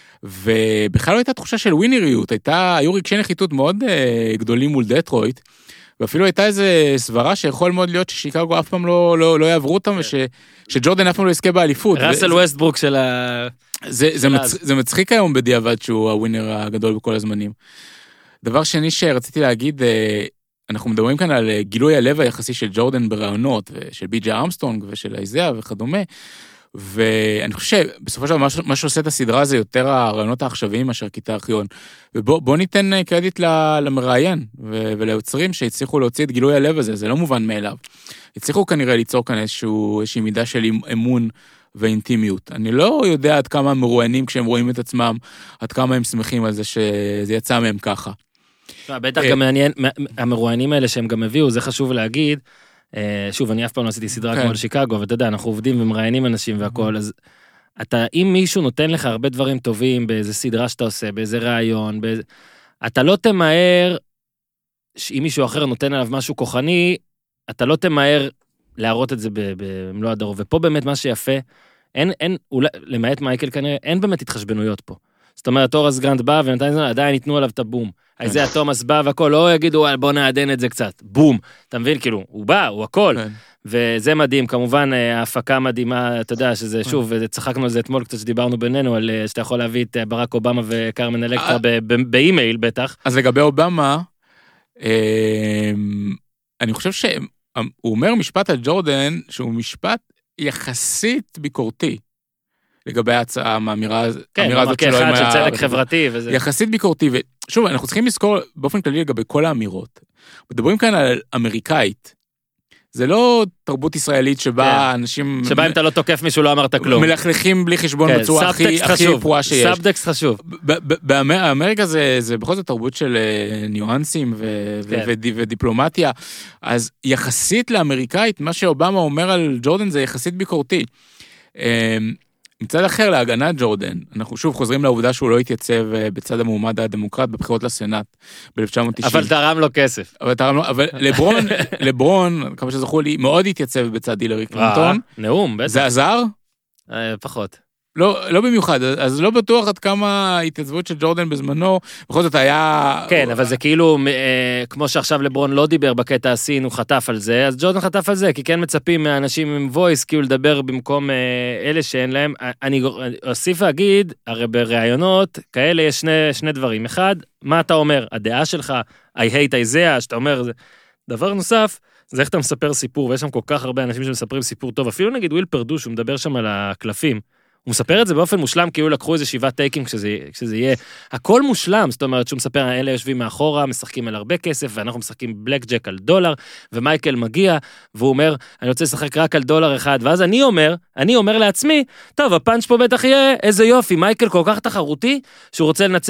ובכלל לא הייתה תחושה של ווינריות, הייתה, היו רגשי נחיתות מאוד uh, גדולים מול דטרויט, ואפילו הייתה איזה סברה שיכול מאוד להיות ששיקגו אף פעם לא, לא, לא יעברו אותם, ושג'ורדן אף פעם לא יזכה באליפות. ראסל ווסטברוק של ה... זה, זה, מצ... זה מצחיק היום בדיעבד שהוא הווינר הגדול בכל הזמנים. דבר שני שרציתי להגיד, אנחנו מדברים כאן על גילוי הלב היחסי של ג'ורדן ברעיונות, ושל בי ג'י ארמסטרונג ושל איזיה וכדומה, ואני חושב שבסופו של דבר מה שעושה את הסדרה זה יותר הרעיונות העכשוויים מאשר כיתה ארכיון, ובוא ניתן קרדיט למראיין וליוצרים שהצליחו להוציא את גילוי הלב הזה, זה לא מובן מאליו. הצליחו כנראה ליצור כאן איזשהו, איזושהי מידה של אמון ואינטימיות. אני לא יודע עד כמה מרואיינים כשהם רואים את עצמם, עד כמה הם שמחים על זה שזה יצא מהם ככה. בטח גם מעניין, המרואיינים האלה שהם גם הביאו, זה חשוב להגיד, שוב, אני אף פעם לא עשיתי סדרה כמו לשיקגו, ואתה יודע, אנחנו עובדים ומראיינים אנשים והכל, אז אתה, אם מישהו נותן לך הרבה דברים טובים באיזה סדרה שאתה עושה, באיזה רעיון, אתה לא תמהר, אם מישהו אחר נותן עליו משהו כוחני, אתה לא תמהר להראות את זה במלוא הדור, ופה באמת מה שיפה, אין, אין, אולי, למעט מייקל כנראה, אין באמת התחשבנויות פה. זאת אומרת, אורס גרנט בא ונתן לזה, עדיין ייתנו עליו את הבום. איזה התומאס בא והכל, לא יגידו, בוא נעדן את זה קצת. בום. אתה מבין? כאילו, הוא בא, הוא הכל. וזה מדהים, כמובן, ההפקה מדהימה, אתה יודע, שזה שוב, צחקנו על זה אתמול קצת שדיברנו בינינו, על שאתה יכול להביא את ברק אובמה וקרמן אלקטרה באימייל בטח. אז לגבי אובמה, אני חושב שהוא אומר משפט על ג'ורדן, שהוא משפט יחסית ביקורתי. לגבי ההצעה, האמירה הזאת שלו, כן, אחד של צדק חברתי וזה. יחסית ביקורתי, ושוב, אנחנו צריכים לזכור באופן כללי לגבי כל האמירות. מדברים כאן על אמריקאית, זה לא תרבות ישראלית שבה אנשים... שבה אם אתה לא תוקף מישהו לא אמרת כלום. מלכלכים בלי חשבון בצורה הכי פרועה שיש. סאבטקסט חשוב. באמריקה זה בכל זאת תרבות של ניואנסים ודיפלומטיה, אז יחסית לאמריקאית, מה שאובמה אומר על ג'ורדן זה יחסית ביקורתי. מצד אחר להגנת ג'ורדן, אנחנו שוב חוזרים לעובדה שהוא לא התייצב בצד המועמד הדמוקרט בבחירות לסנאט ב-אלף תשע מאות תשעים. אבל תרם לו כסף. אבל תרם לו, אבל לברון, לברון, כמה שזכו לי, מאוד התייצב בצד הילרי קלינטון. נאום, בטח. זה עזר? פחות. לא, לא במיוחד, אז לא בטוח עד כמה ההתייצבות של ג'ורדן בזמנו, בכל זאת היה... כן, אבל זה כאילו, כמו שעכשיו לברון לא דיבר בקטע הסין, הוא חטף על זה, אז ג'ורדן חטף על זה, כי כן מצפים מהאנשים עם וויס, כאילו לדבר במקום אלה שאין להם. אני אוסיף להגיד, הרי בראיונות כאלה יש שני, שני דברים. אחד, מה אתה אומר? הדעה שלך, I hate Isaiah, שאתה אומר, דבר נוסף, זה איך אתה מספר סיפור, ויש שם כל כך הרבה אנשים שמספרים סיפור טוב, אפילו נגיד וויל פרדוש, הוא מדבר שם על הקלפים, הוא מספר את זה באופן מושלם, כאילו לקחו איזה שבעת טייקים כשזה, כשזה יהיה, הכל מושלם, זאת אומרת שהוא מספר, אלה יושבים מאחורה, משחקים על הרבה כסף, ואנחנו משחקים בלק ג'ק על דולר, ומייקל מגיע, והוא אומר, אני רוצה לשחק רק על דולר אחד, ואז אני אומר, אני אומר לעצמי, טוב, הפאנץ' פה בטח יהיה, איזה יופי, מייקל כל כך תחרותי, שהוא רוצה לנצח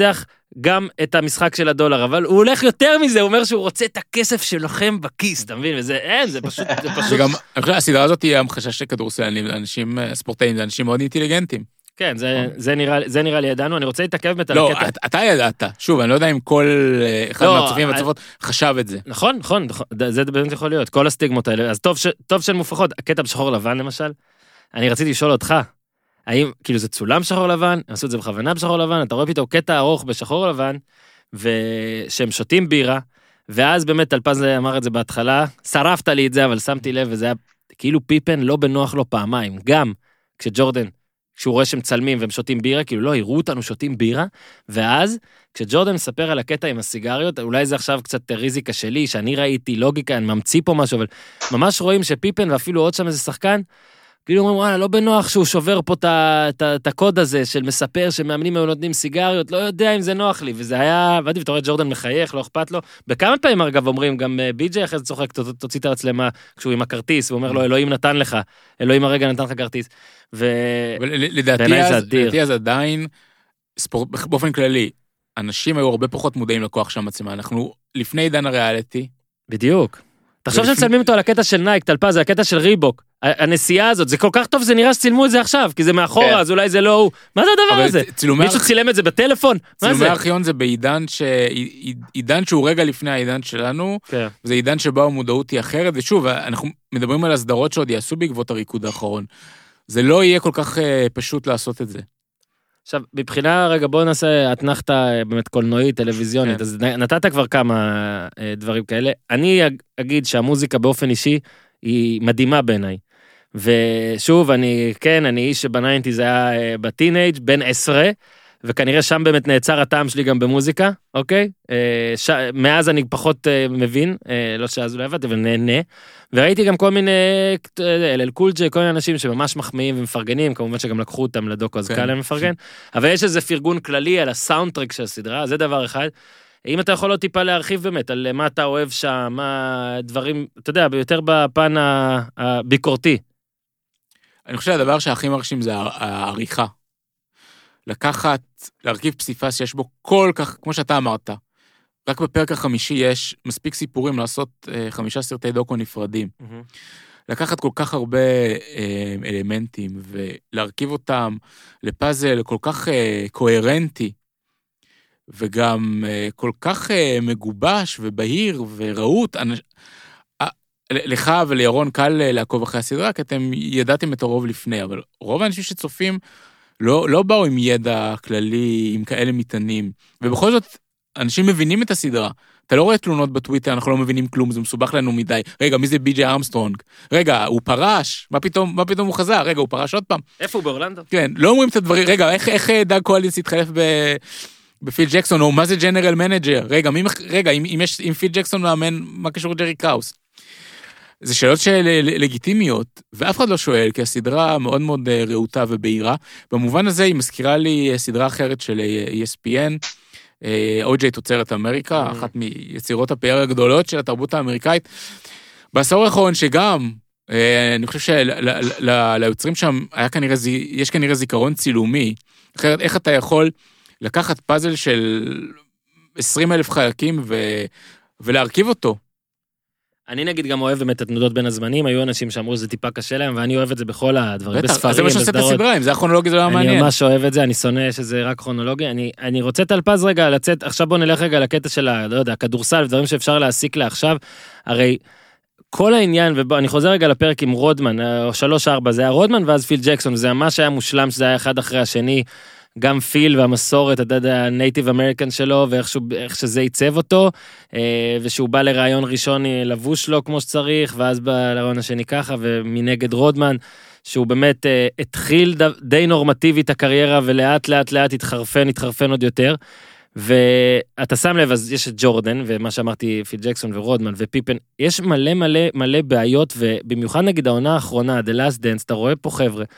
גם את המשחק של הדולר, אבל הוא הולך יותר מזה, הוא אומר שהוא רוצה את הכסף שלכם בכיס, אתה מבין? וזה, אין, זה פשוט, זה פשוט... וגם, אני חושב, הסדרה הזאת היא המחשה של כדורסלנים, לאנשים ספורטאים, לאנשים מאוד אינטליגנטים. כן, זה, זה נראה, זה נראה לי ידענו, אני רוצה להתעכב באמת על לא, הקטע. אתה, אתה ידעת, שוב, אני לא יודע אם כל אחד לא, מהצופים I... והצופות חשב את זה. נכון, נכון, זה באמת יכול להיות, כל הסטיגמות האלה, אז טוב, ש... טוב שהן מופרכות, הקטע בשחור לבן למשל, אני רציתי לשאול אותך, האם, כאילו זה צולם שחור לבן, הם עשו את זה בכוונה בשחור לבן, אתה רואה פתאום קטע ארוך בשחור לבן, ושהם שותים בירה, ואז באמת טלפז אמר את זה בהתחלה, שרפת לי את זה, אבל שמתי לב, וזה היה כאילו פיפן לא בנוח לו פעמיים, גם כשג'ורדן, כשהוא רואה שהם צלמים והם שותים בירה, כאילו לא, הראו אותנו שותים בירה, ואז כשג'ורדן מספר על הקטע עם הסיגריות, אולי זה עכשיו קצת ריזיקה שלי, שאני ראיתי לוגיקה, אני ממציא פה משהו, אבל ממש רואים שפיפן, ואפילו עוד שם איזה שחקן, כאילו אומרים, וואלה, לא בנוח שהוא שובר פה את הקוד הזה של מספר שמאמנים היו נותנים סיגריות, לא יודע אם זה נוח לי, וזה היה, ועדי, ואתה רואה ג'ורדן מחייך, לא אכפת לו, בכמה פעמים אגב אומרים, גם בי-ג'יי אחרי זה צוחק, תוציא את המצלמה, כשהוא עם הכרטיס, הוא אומר לו, אלוהים נתן לך, אלוהים הרגע נתן לך כרטיס, ולדעתי אז עדיין, באופן כללי, אנשים היו הרבה פחות מודעים לכוח של המצלמה, אנחנו לפני עידן הריאליטי, בדיוק. תחשוב שצלמים אותו על הקטע של נייק, טלפז, זה הקטע של ריבוק, הנסיעה הזאת, זה כל כך טוב, זה נראה שצילמו את זה עכשיו, כי זה מאחורה, אז אולי זה לא הוא. מה זה הדבר הזה? מישהו צילם את זה בטלפון? צילומי ארכיון זה בעידן שהוא רגע לפני העידן שלנו, וזה עידן שבו המודעות היא אחרת, ושוב, אנחנו מדברים על הסדרות שעוד יעשו בעקבות הריקוד האחרון. זה לא יהיה כל כך פשוט לעשות את זה. עכשיו, מבחינה, רגע, בואו נעשה אתנחתה באמת קולנועית, טלוויזיונית, אז נתת כבר כמה דברים כאלה. אני אגיד שהמוזיקה באופן אישי היא מדהימה בעיניי. ושוב, אני, כן, אני איש שבניינטי זה היה בטינאג' בן עשרה, וכנראה שם באמת נעצר הטעם שלי גם במוזיקה, אוקיי? ש... מאז אני פחות מבין, לא שאז לא הבאתי, אבל נהנה. וראיתי גם כל מיני, אל קול ג'יי, כל מיני אנשים שממש מחמיאים ומפרגנים, כמובן שגם לקחו אותם לדוקו, אז קל להם לפרגן. אבל יש איזה פרגון כללי על הסאונדטרק של הסדרה, זה דבר אחד. אם אתה יכול עוד טיפה להרחיב באמת, על מה אתה אוהב שם, מה דברים, אתה יודע, יותר בפן הביקורתי. אני חושב שהדבר שהכי מרשים זה העריכה. לקחת, להרכיב פסיפס שיש בו כל כך, כמו שאתה אמרת, רק בפרק החמישי יש מספיק סיפורים לעשות אה, חמישה סרטי דוקו נפרדים. Mm-hmm. לקחת כל כך הרבה אה, אלמנטים ולהרכיב אותם לפאזל כל כך אה, קוהרנטי, וגם אה, כל כך אה, מגובש ובהיר וראות. אנש... אה, לך ולירון קל לעקוב אחרי הסדרה, כי אתם ידעתם את הרוב לפני, אבל רוב האנשים שצופים לא, לא באו עם ידע כללי, עם כאלה מיתנים, ובכל זאת, אנשים מבינים את הסדרה. אתה לא רואה תלונות בטוויטר, אנחנו לא מבינים כלום, זה מסובך לנו מדי. רגע, מי זה בי-ג'יי ארמסטרונג? רגע, הוא פרש? מה פתאום, מה פתאום הוא חזר? רגע, הוא פרש עוד פעם? איפה הוא באורלנדו? כן, לא אומרים את הדברים. רגע, איך, איך דאג קואלינס התחלף ב... בפיל ג'קסון, או מה זה ג'נרל מנג'ר? רגע, מי, רגע, אם, אם יש, אם פיל ג'קסון מאמן, מה קשור ג'רי קראוס? זה שאלות של לגיטימיות, ואף אחד לא שואל, כי הסדרה מאוד מאוד רעותה ובהירה. במובן הזה היא מזכירה לי סדרה אחרת של E S P N, או-ג'יי תוצרת אמריקה, אחת מיצירות הפאר הגדולות של התרבות האמריקאית. בעשור האחרון שגם, אני חושב שליוצרים שם, היה כנראה, יש כנראה זיכרון צילומי, אחרת איך אתה יכול לקחת פאזל של עשרים אלף חלקים ולהרכיב אותו? אני נגיד גם אוהב באמת את תנודות בין הזמנים, היו אנשים שאמרו שזה טיפה קשה להם, ואני אוהב את זה בכל הדברים, בספרים, זה מה שעושה את הסדרה, אם זה הכרונולוגי, זה לא מעניין. אני ממש אוהב את זה, אני שונא שזה רק כרונולוגי, אני, אני רוצה טלפז רגע לצאת, עכשיו בוא נלך רגע לקטע של, לא יודע, כדורסל, ודברים שאפשר להסיק לעכשיו, הרי כל העניין, ואני חוזר רגע לפרק עם רודמן, או שלוש ארבע, זה היה רודמן ואז פיל ג'קסון, וזה ממש היה מושלם, שזה היה אחד אחרי השני, גם פיל והמסורת, אתה יודע, הנייטיב אמריקן שלו, ואיך שזה ייצב אותו, ושהוא בא לרעיון ראשון לבוש לו כמו שצריך, ואז בא לרעיון השני ככה, ומנגד רודמן, שהוא באמת התחיל די נורמטיבית הקריירה, ולאט לאט לאט התחרפן, התחרפן עוד יותר, ואתה שם לב, אז יש את ג'ורדן, ומה שאמרתי, פיל ג'קסון ורודמן ופיפן, יש מלא מלא מלא בעיות, ובמיוחד נגיד העונה האחרונה, The Last Dance, אתה רואה פה חבר'ה,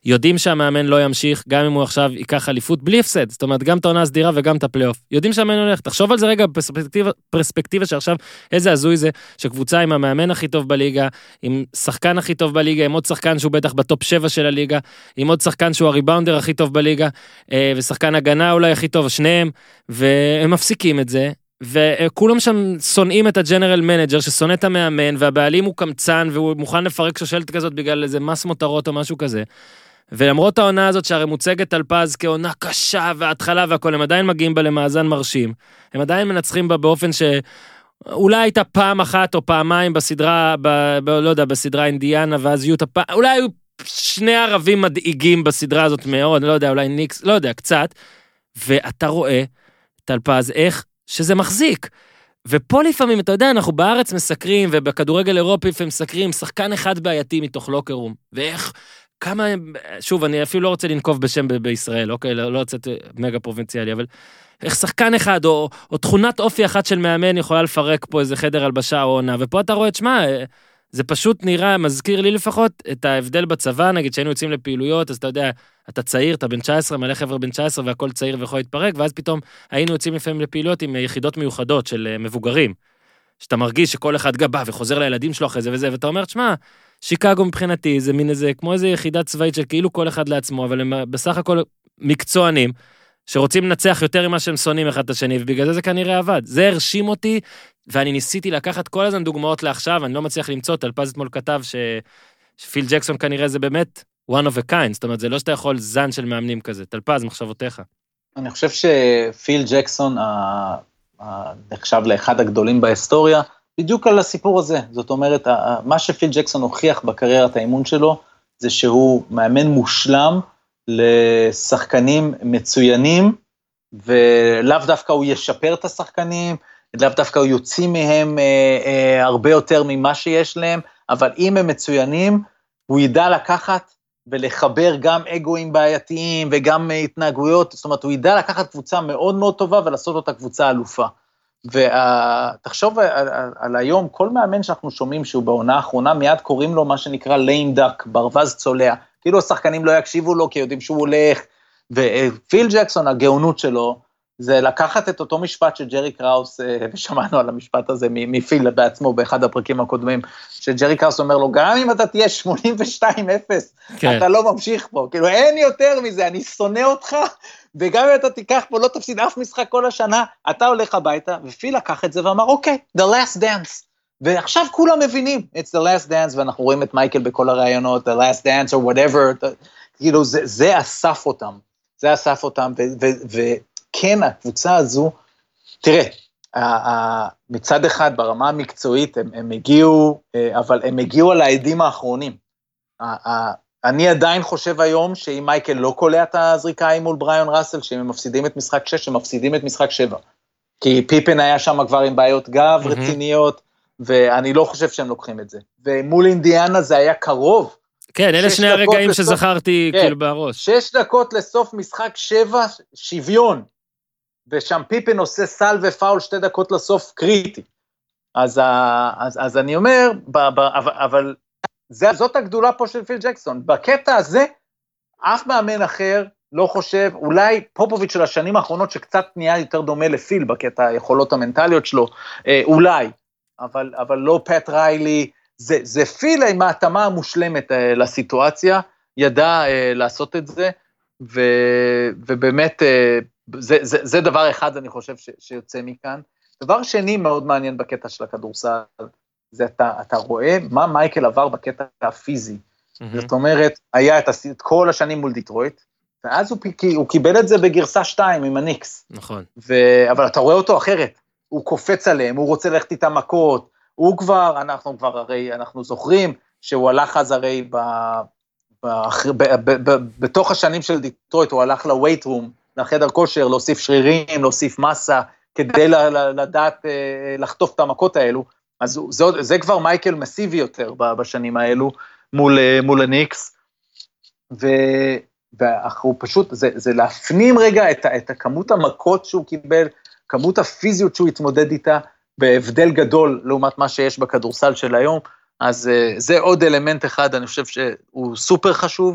יודעים שהמאמן לא ימשיך, גם אם הוא עכשיו ייקח אליפות בלי הפסד, זאת אומרת, גם את העונה הסדירה וגם את הפלייאוף. יודעים שהמאמן הולך, תחשוב על זה רגע בפרספקטיבה, פרספקטיבה שעכשיו, איזה הזוי זה, שקבוצה עם המאמן הכי טוב בליגה, עם שחקן הכי טוב בליגה, עם עוד שחקן שהוא בטח בטופ שבע של הליגה, עם עוד שחקן שהוא הריבאונדר הכי טוב בליגה, ושחקן הגנה אולי הכי טוב, שניהם, והם מפסיקים את זה, וכולם שם שונאים את הג'נרל מנג'ר, ששונא את המאמן, והבעלים הוא קמצן, והוא מוכן לפרק שושלת כזאת בגלל איזה מס מותרות או משהו כזה. ולמרות העונה הזאת שהרי מוצגת על פז כעונה קשה וההתחלה והכל, הם עדיין מגיעים בה למאזן מרשים. הם עדיין מנצחים בה באופן שאולי הייתה פעם אחת או פעמיים בסדרה, ב, ב, לא יודע, בסדרה אינדיאנה, ואז יהיו את הפעם, אולי היו שני ערבים מדאיגים בסדרה הזאת מאוד, לא יודע, אולי ניקס, לא יודע, קצת. ואתה רואה, טל פז, איך שזה מחזיק. ופה לפעמים, אתה יודע, אנחנו בארץ מסקרים, ובכדורגל אירופי הם מסקרים, שחקן אחד בעייתי מתוך לוקרום. ואיך, כמה, שוב, אני אפילו לא רוצה לנקוב בשם ב- בישראל, אוקיי, לא, לא רוצה מגה פרובינציאלי, אבל איך שחקן אחד, או, או תכונת אופי אחת של מאמן יכולה לפרק פה איזה חדר הלבשה או עונה, ופה אתה רואה, תשמע, זה פשוט נראה, מזכיר לי לפחות, את ההבדל בצבא, נגיד שהיינו יוצאים לפעילויות, אז אתה יודע, אתה צעיר, אתה בן תשע עשרה, מלא חבר'ה בן תשע עשרה, והכל צעיר ויכול להתפרק, ואז פתאום היינו יוצאים לפעמים לפעילויות עם יחידות מיוחדות של מבוגרים, שאתה מרגיש שכל אחד גבה וחוזר לילדים שלו אחרי זה וזה, ואתה אומר, תשמע, שיקגו מבחינתי, זה מין איזה, כמו איזה יחידה צבאית של כאילו כל אחד לעצמו, אבל הם בסך הכל מקצוענים, שרוצים לנצח יותר ממה שהם שונאים אחד את השני, ובגלל זה זה כנראה עבד. זה הרשים אותי, ואני ניסיתי לקחת כל הזמן דוגמאות לעכשיו, אני לא מצליח למצוא, טלפז אתמול כתב ש... שפיל ג'קסון כנראה זה באמת one of a kind, זאת אומרת, זה לא שאתה יכול זן של מאמנים כזה. טלפז, מחשבותיך. אני חושב שפיל ג'קסון נחשב לאחד הגדולים בהיסטוריה, בדיוק על הסיפור הזה. זאת אומרת, מה שפיל ג'קסון הוכיח בקריירת האימון שלו, זה שהוא מאמן מושלם לשחקנים מצוינים, ולאו דווקא הוא ישפר את השחקנים, לאו דווקא הוא יוציא מהם אה, אה, הרבה יותר ממה שיש להם, אבל אם הם מצוינים, הוא ידע לקחת ולחבר גם אגואים בעייתיים, וגם התנהגויות, זאת אומרת, הוא ידע לקחת קבוצה מאוד מאוד טובה, ולעשות אותה קבוצה אלופה. ותחשוב על, על, על היום, כל מאמן שאנחנו שומעים שהוא בעונה האחרונה, מיד קוראים לו מה שנקרא lame duck, ברווז צולע, כאילו השחקנים לא יקשיבו לו, כי יודעים שהוא הולך, ופיל ג'קסון, הגאונות שלו, זה לקחת את אותו משפט של ג'רי קראוס, ושמענו על המשפט הזה מפיל בעצמו באחד הפרקים הקודמים, שג'רי קראוס אומר לו, גם אם אתה תהיה שמונים ושתיים אפס, כן. אתה לא ממשיך פה, כאילו אין יותר מזה, אני שונא אותך, וגם אם אתה תיקח פה, לא תפסיד אף משחק כל השנה, אתה הולך הביתה, ופיל לקח את זה ואמר, אוקיי, the last dance, ועכשיו כולם מבינים, it's the last dance, ואנחנו רואים את מייקל בכל הראיונות, the last dance or whatever, כאילו זה, זה אסף אותם, זה אסף אותם, ו... ו, ו כן, הקבוצה הזו, תראה, מצד אחד, ברמה המקצועית, הם, הם הגיעו, אבל הם הגיעו על העדים האחרונים. אני עדיין חושב היום, שאם מייקל לא קולע את הזריקה עם מול בריון ראסל, שהם מפסידים את משחק שש, הם מפסידים את משחק שבע. כי פיפן היה שם כבר עם בעיות גב mm-hmm. רציניות, ואני לא חושב שהם לוקחים את זה. ומול אינדיאנה זה היה קרוב. כן, אלה שני הרגעים לסוף, שזכרתי כן, כאילו בראש. שש דקות לסוף משחק שבע, שוויון. ושם פיפן עושה סל ופאול שתי דקות לסוף קריטי. אז, אז, אז אני אומר, ב, ב, אבל, אבל זה, זאת הגדולה פה של פיל ג'קסון. בקטע הזה, אף מאמן אחר לא חושב, אולי פופוביץ' של השנים האחרונות שקצת נהיה יותר דומה לפיל, בקטע היכולות המנטליות שלו, אולי, אבל, אבל לא פט ריילי, זה, זה פיל עם ההתאמה המושלמת לסיטואציה, ידע לעשות את זה, ו, ובאמת, זה, זה, זה דבר אחד, אני חושב, ש, שיוצא מכאן. דבר שני מאוד מעניין בקטע של הכדורסל, זה אתה, אתה רואה מה מייקל עבר בקטע הפיזי. Mm-hmm. זאת אומרת, היה את, את כל השנים מול דיטרויט, ואז הוא, הוא קיבל את זה בגרסה שתיים עם הניקס. נכון. ו, אבל אתה רואה אותו אחרת. הוא קופץ עליהם, הוא רוצה ללכת איתם מכות, הוא כבר, אנחנו כבר הרי, אנחנו זוכרים, שהוא הלך אז הרי ב, ב, ב, ב, ב, ב, בתוך השנים של דיטרויט, הוא הלך לווייט רום, לחדר כושר, להוסיף שרירים, להוסיף מסה, כדי לדעת, לחטוף את המכות האלו, אז זה, זה כבר מייקל מסיבי יותר בשנים האלו, מול, מול הניקס, ו, והוא פשוט, זה, זה להפנים רגע את, את הכמות המכות שהוא קיבל, כמות הפיזיות שהוא התמודד איתה, בהבדל גדול לעומת מה שיש בכדורסל של היום, אז זה עוד אלמנט אחד, אני חושב שהוא סופר חשוב,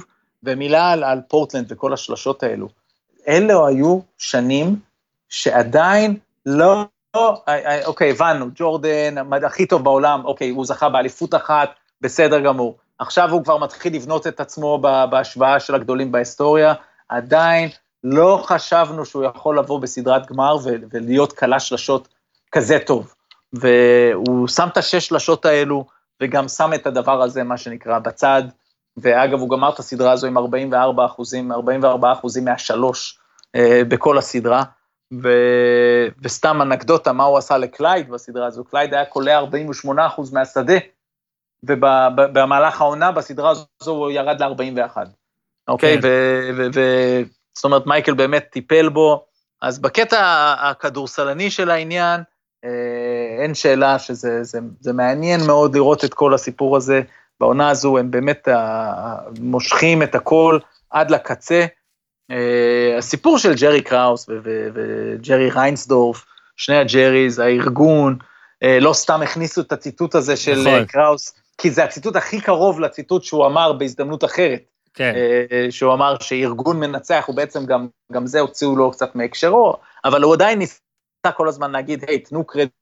ומילה על, על פורטלנד וכל השלשות האלו, אלו היו שנים שעדיין לא, לא אוקיי, הבנו, ג'ורדן, הכי טוב בעולם, אוקיי, הוא זכה באליפות אחת, בסדר גמור, עכשיו הוא כבר מתחיל לבנות את עצמו בהשוואה של הגדולים בהיסטוריה, עדיין לא חשבנו שהוא יכול לבוא בסדרת גמר ולהיות קלה שלשות כזה טוב, והוא שם את השש שלשות האלו, וגם שם את הדבר הזה, מה שנקרא, בצד, ואגב, הוא גמר את הסדרה הזו עם ארבעים וארבעה אחוזים, ארבעים וארבעה אחוזים מהשלוש אה, בכל הסדרה, ו... וסתם אנקדוטה, מה הוא עשה לקלייד בסדרה הזו, קלייד היה קולע ארבעים ושמונה אחוז מהשדה, ובמהלך העונה, בסדרה הזו הוא ירד ל-ארבעים ואחת. אוקיי? ו... ו... ו... זאת אומרת, מייקל באמת טיפל בו, אז בקטע הכדורסלני של העניין, אה, אין שאלה שזה זה, זה מעניין מאוד לראות את כל הסיפור הזה, בעונה הזו הם באמת מושכים את הכל עד לקצה, הסיפור של ג'רי קראוס וג'רי ריינסדורף, שני הג'ריז, הארגון, לא סתם הכניסו את הציטוט הזה של קראוס, כי זה הציטוט הכי קרוב לציטוט שהוא אמר בהזדמנות אחרת, שהוא אמר שארגון מנצח, הוא בעצם גם, גם זה הוציאו לו קצת מהקשרו, אבל הוא עדיין ניסה כל הזמן להגיד, היי, תנו קרדיט,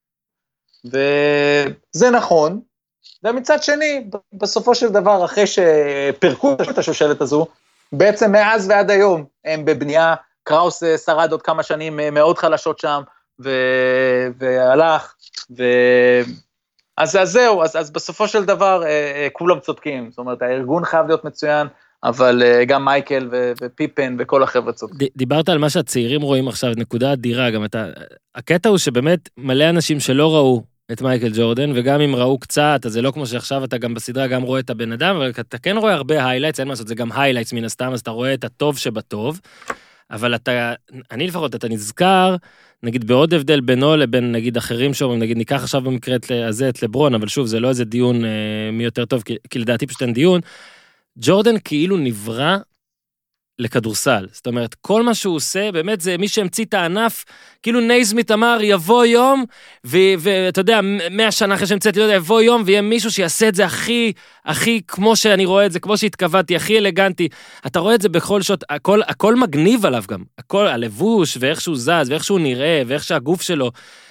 וזה נכון, ומצד שני, בסופו של דבר, אחרי שפרקו את השושלת הזו, בעצם מאז ועד היום, הם בבנייה, קראוס שרד עוד כמה שנים מאוד חלשות שם, ו- והלך, ו... אז, אז זהו, אז, אז בסופו של דבר, כולם צודקים, זאת אומרת, הארגון חייב להיות מצוין, אבל גם מייקל ו- ופיפן וכל החבר'ה צודקים. דיברת על מה שהצעירים רואים עכשיו, נקודה אדירה, גם אתה, הקטע הוא שבאמת מלא אנשים שלא ראו, את מייקל ג'ורדן, וגם אם ראו קצת, אז זה לא כמו שעכשיו אתה גם בסדרה גם רואה את הבן אדם, אבל אתה כן רואה הרבה היילייטס, אין מה לעשות, זה גם היילייטס מן הסתם, אז אתה רואה את הטוב שבטוב, אבל אתה, אני לפחות, אתה נזכר, נגיד בעוד הבדל בינו לבין נגיד אחרים שאומרים, נגיד ניקח עכשיו במקרה הזה את לברון, אבל שוב, זה לא איזה דיון אה, מי יותר טוב, כי, כי לדעתי פשוט אין דיון, ג'ורדן כאילו נברא לכדורסל, זאת אומרת, כל מה שהוא עושה, באמת זה מי שהמציא את הענף, כאילו נייזמית אמר, יבוא יום, ואתה יודע, מאה שנה אחרי שהמצאתי, לא יודע, יבוא יום, ויהיה מישהו שיעשה את זה הכי, הכי כמו שאני רואה את זה, כמו שהתכוונתי, הכי אלגנטי, אתה רואה את זה בכל שעות, הכל, הכל מגניב עליו גם, הכל, הלבוש, ואיך שהוא זז, ואיך שהוא נראה, ואיך שהגוף שלו,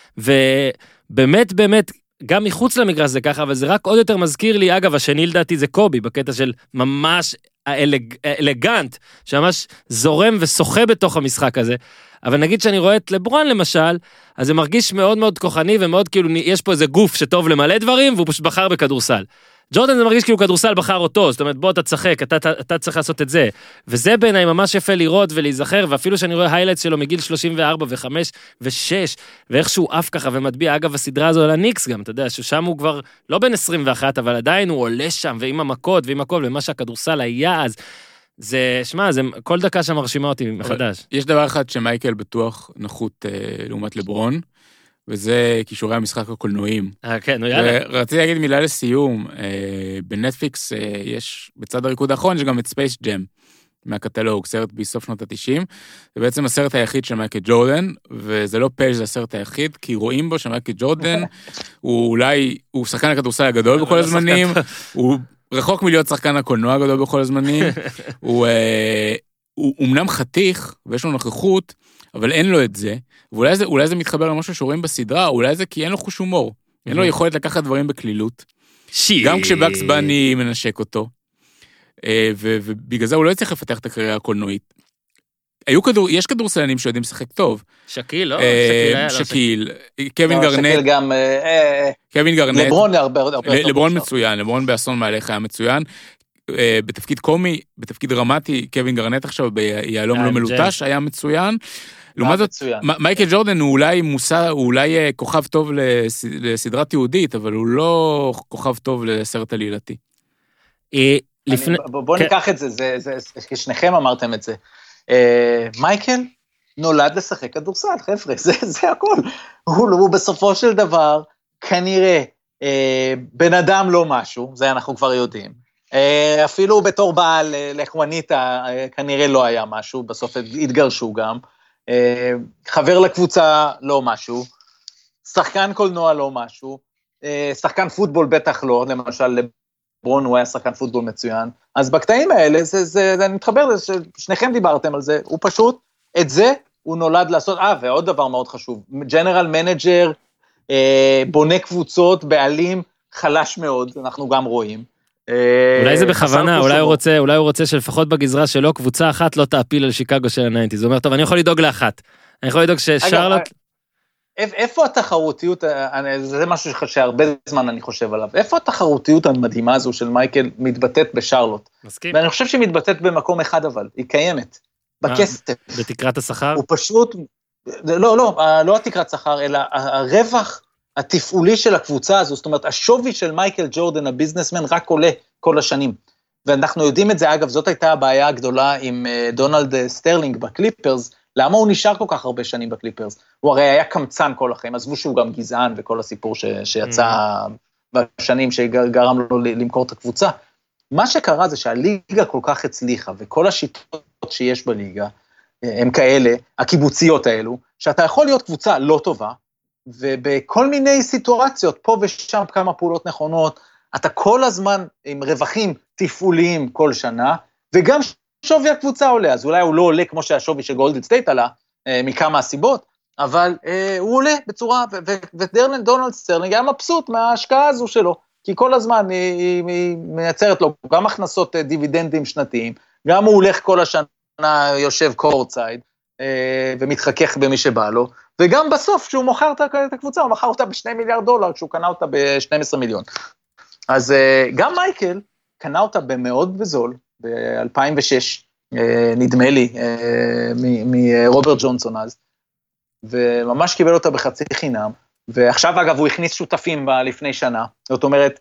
ובאמת, באמת, גם מחוץ למגרש זה ככה, אבל זה רק עוד יותר מזכיר לי, אגב, השני לדעתי זה קובי, בקטע של ממש האלג, אלגנט, שממש זורם ושוחה בתוך המשחק הזה, אבל נגיד שאני רואה את לברון למשל, אז זה מרגיש מאוד מאוד כוחני, ומאוד כאילו, יש פה איזה גוף שטוב למלא דברים, והוא פשוט בחר בכדורסל. ג'ורדן זה מרגיש כאילו כדורסל בחר אותו, זאת אומרת, בוא אתה תשחק, אתה, אתה, אתה צריך לעשות את זה, וזה בעיניי ממש יפה לראות ולהיזכר, ואפילו שאני רואה היילייטס שלו מגיל שלושים וארבע וחמש ושש, ואיך שהוא אף ככה ומטביע, אגב הסדרה הזו על הניקס גם, אתה יודע, ששם הוא כבר לא בין עשרים ואחת, אבל עדיין הוא עולה שם, ועם המכות ועם הכל, ומה שהכדורסל היה אז, זה, שמה, זה כל דקה שמרשימה אותי מחדש. יש דבר אחד שמייקל בטוח נחות אה, לעומת לברון, וזה כישורי המשחק הקולנועיים. אה, כן, נו יאללה. רציתי להגיד מילה לסיום, בנטפליקס יש, בצד הריקוד האחרון, יש גם את ספייס ג'ם, מהקטלוג, סרט בסוף שנות ה-תשעים, זה בעצם הסרט היחיד של מייקל ג'ורדן, וזה לא פייג' זה הסרט היחיד, כי רואים בו שמייקל ג'ורדן, הוא אולי, הוא שחקן הכדורסל הגדול בכל הזמנים, הוא רחוק מלהיות שחקן הקולנוע הגדול בכל הזמנים, הוא אומנם חתיך, ויש לו נוכחות, אבל אין לו את זה, ואולי זה, אולי זה מתחבר למשהו שרואים בסדרה, אולי זה כי אין לו חוש הומור, אין לו יכולת לקחת דברים בכלילות, גם כשבקס בני מנשק אותו, ובגלל זה הוא לא יצטרך לפתח את הקריירה הקולנועית. היו כדור, יש כדורסלנים שיודעים לשחק טוב. שקיל, לא? שקיל, קווין גרנט. שקיל גם, קווין גרנט. לברון הרבה יותר. לברון מצוין, לברון באסון מעליך היה מצוין. בתפקיד קומי, בתפקיד דרמטי, קווין גרנט עכשיו ביהלום לא מלוטש היה מצוין. לעומת זאת, מייקל ג'ורדן הוא אולי מושא, הוא אולי כוכב טוב לסדרה תיעודית, אבל הוא לא כוכב טוב לסרט עלילתי. בוא ניקח את זה, שניכם אמרתם את זה. מייקל נולד לשחק כדורסל, חבר'ה, זה הכל. הוא בסופו של דבר, כנראה, בן אדם לא משהו, זה אנחנו כבר יודעים. אפילו בתור בעל לחואניטה, כנראה לא היה משהו, בסוף התגרשו גם. חבר לקבוצה לא משהו, שחקן קולנוע לא משהו, שחקן פוטבול בטח לא, למשל לברון הוא היה שחקן פוטבול מצוין, אז בקטעים האלה, זה, זה, זה, אני מתחבר לזה, ששניכם דיברתם על זה, הוא פשוט, את זה הוא נולד לעשות, אה, ועוד דבר מאוד חשוב, ג'נרל מנג'ר, אה, בונה קבוצות, בעלים, חלש מאוד, אנחנו גם רואים. אולי זה בכוונה, אולי הוא רוצה, אולי הוא רוצה שלפחות בגזרה שלו, קבוצה אחת לא תעפיל על שיקגו של ה-תשעים. זה אומר, טוב, אני יכול לדאוג לאחת. אני יכול לדאוג ששרלוט... איפה התחרותיות, זה משהו שהרבה זמן אני חושב עליו, איפה התחרותיות המדהימה הזו של מייקל מתבטאת בשרלוט? מסכים. ואני חושב שהיא מתבטאת במקום אחד אבל, היא קיימת, בכסף. בתקרת השכר? הוא פשוט, לא, לא, לא התקרת שכר, אלא הרווח התפעולי של הקבוצה הזו, זאת אומרת, השווי של מייקל ג'ורדן, הביזנסמן, רק עולה כל השנים. ואנחנו יודעים את זה, אגב, זאת הייתה הבעיה הגדולה עם דונלד סטרלינג בקליפרס, למה הוא נשאר כל כך הרבה שנים בקליפרס? הוא הרי היה קמצן כל החיים, עזבו שהוא גם גזען וכל הסיפור ש, שיצא בשנים שגרם לו למכור את הקבוצה. מה שקרה זה שהליגה כל כך הצליחה, וכל השיטות שיש בליגה, הם כאלה, הקיבוציות האלו, שאתה יכול להיות קבוצה לא טובה, ובכל מיני סיטואציות, פה ושם כמה פעולות נכונות, אתה כל הזמן עם רווחים תפעוליים כל שנה, וגם שווי הקבוצה עולה, אז אולי הוא לא עולה כמו שהשווי של גולדן סטייט עלה, אה, מכמה הסיבות, אבל אה, הוא עולה בצורה, ודרלן דונלד סטרלינג היה מבסוט מההשקעה הזו שלו, כי כל הזמן היא, היא, היא מייצרת לו גם הכנסות אה, דיבידנדים שנתיים, גם הוא הולך כל השנה יושב קורטסייד, אה, ומתחכך במי שבא לו, וגם בסוף כשהוא מוכר את הקבוצה, הוא מכר אותה בשני מיליארד דולר, כשהוא קנה אותה ב-שנים עשר מיליון. אז אה, גם מייקל קנה אותה במאוד בזול, ב-אלפיים ושש, נדמה לי, מרוברט ג'ונסון אז, וממש קיבל אותה בחצי חינם, ועכשיו אגב הוא הכניס שותפים לפני שנה, זאת אומרת,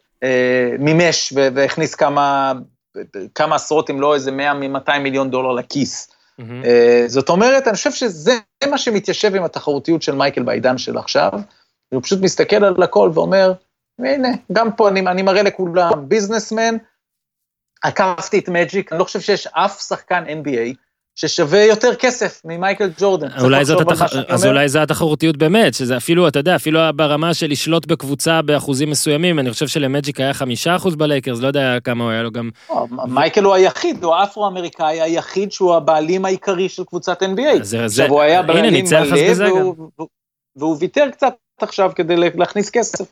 מימש והכניס כמה, כמה עשרות, אם לא איזה מאה מאתיים מיליון דולר לכיס. זאת אומרת, אני חושב שזה מה שמתיישב עם התחרותיות של מייקל בעידן של עכשיו, הוא פשוט מסתכל על הכל ואומר, הנה, גם פה אני, אני מראה לכולם, ביזנסמן, עקפתי את מג'יק, אני לא חושב שיש אף שחקן אן בי איי ששווה יותר כסף ממייקל ג'ורדן. אולי זאת התח... אז אולי זה התחרותיות באמת, שזה אפילו, אתה יודע, אפילו ברמה של לשלוט בקבוצה באחוזים מסוימים, אני חושב שלמג'יק היה חמישה אחוז בלייקרס, לא יודע כמה הוא היה לו גם... מייקל הוא היחיד, הוא האפרו-אמריקאי היחיד שהוא הבעלים העיקרי של קבוצת אן בי איי. עכשיו הוא היה בעלים מלא, והוא ויתר קצת עכשיו כדי להכניס כסף.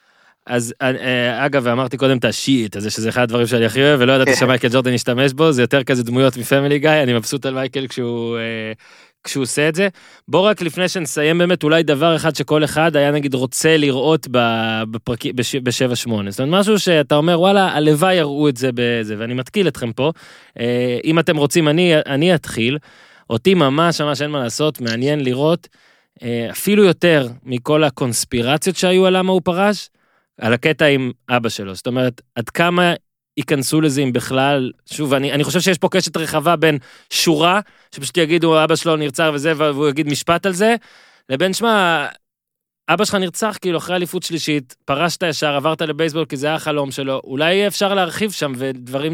אז אגב, ואמרתי קודם את השיט, הזה שזה אחד הדברים שאני הכי אוהב, ולא ידעתי שמייקל ג'ורדן ישתמש בו, זה יותר כזה דמויות מפמילי גיא, אני מבסוט על מייקל כשהוא, כשהוא עושה את זה. בוא רק לפני שנסיים באמת, אולי דבר אחד שכל אחד היה נגיד רוצה לראות בפרקים, בשבע שמונה. זאת אומרת, משהו שאתה אומר, וואלה, הלוואי יראו את זה בזה, ואני מתקיל אתכם פה. אם אתם רוצים, אני, אני אתחיל. אותי ממש, ממש אין מה לעשות, מעניין לראות, אפילו יותר מכל הקונספירציות שהיו על למה הוא פרש, על הקטע עם אבא שלו, זאת אומרת, עד כמה ייכנסו לזה אם בכלל, שוב, אני, אני חושב שיש פה קשת רחבה בין שורה, שפשוט יגידו, אבא שלו נרצח וזה, והוא יגיד משפט על זה, לבין שמה, אבא שלך נרצח, כאילו אחרי אליפות שלישית, פרשת ישר, עברת לבייסבול, כי זה היה החלום שלו, אולי אפשר להרחיב שם, ודברים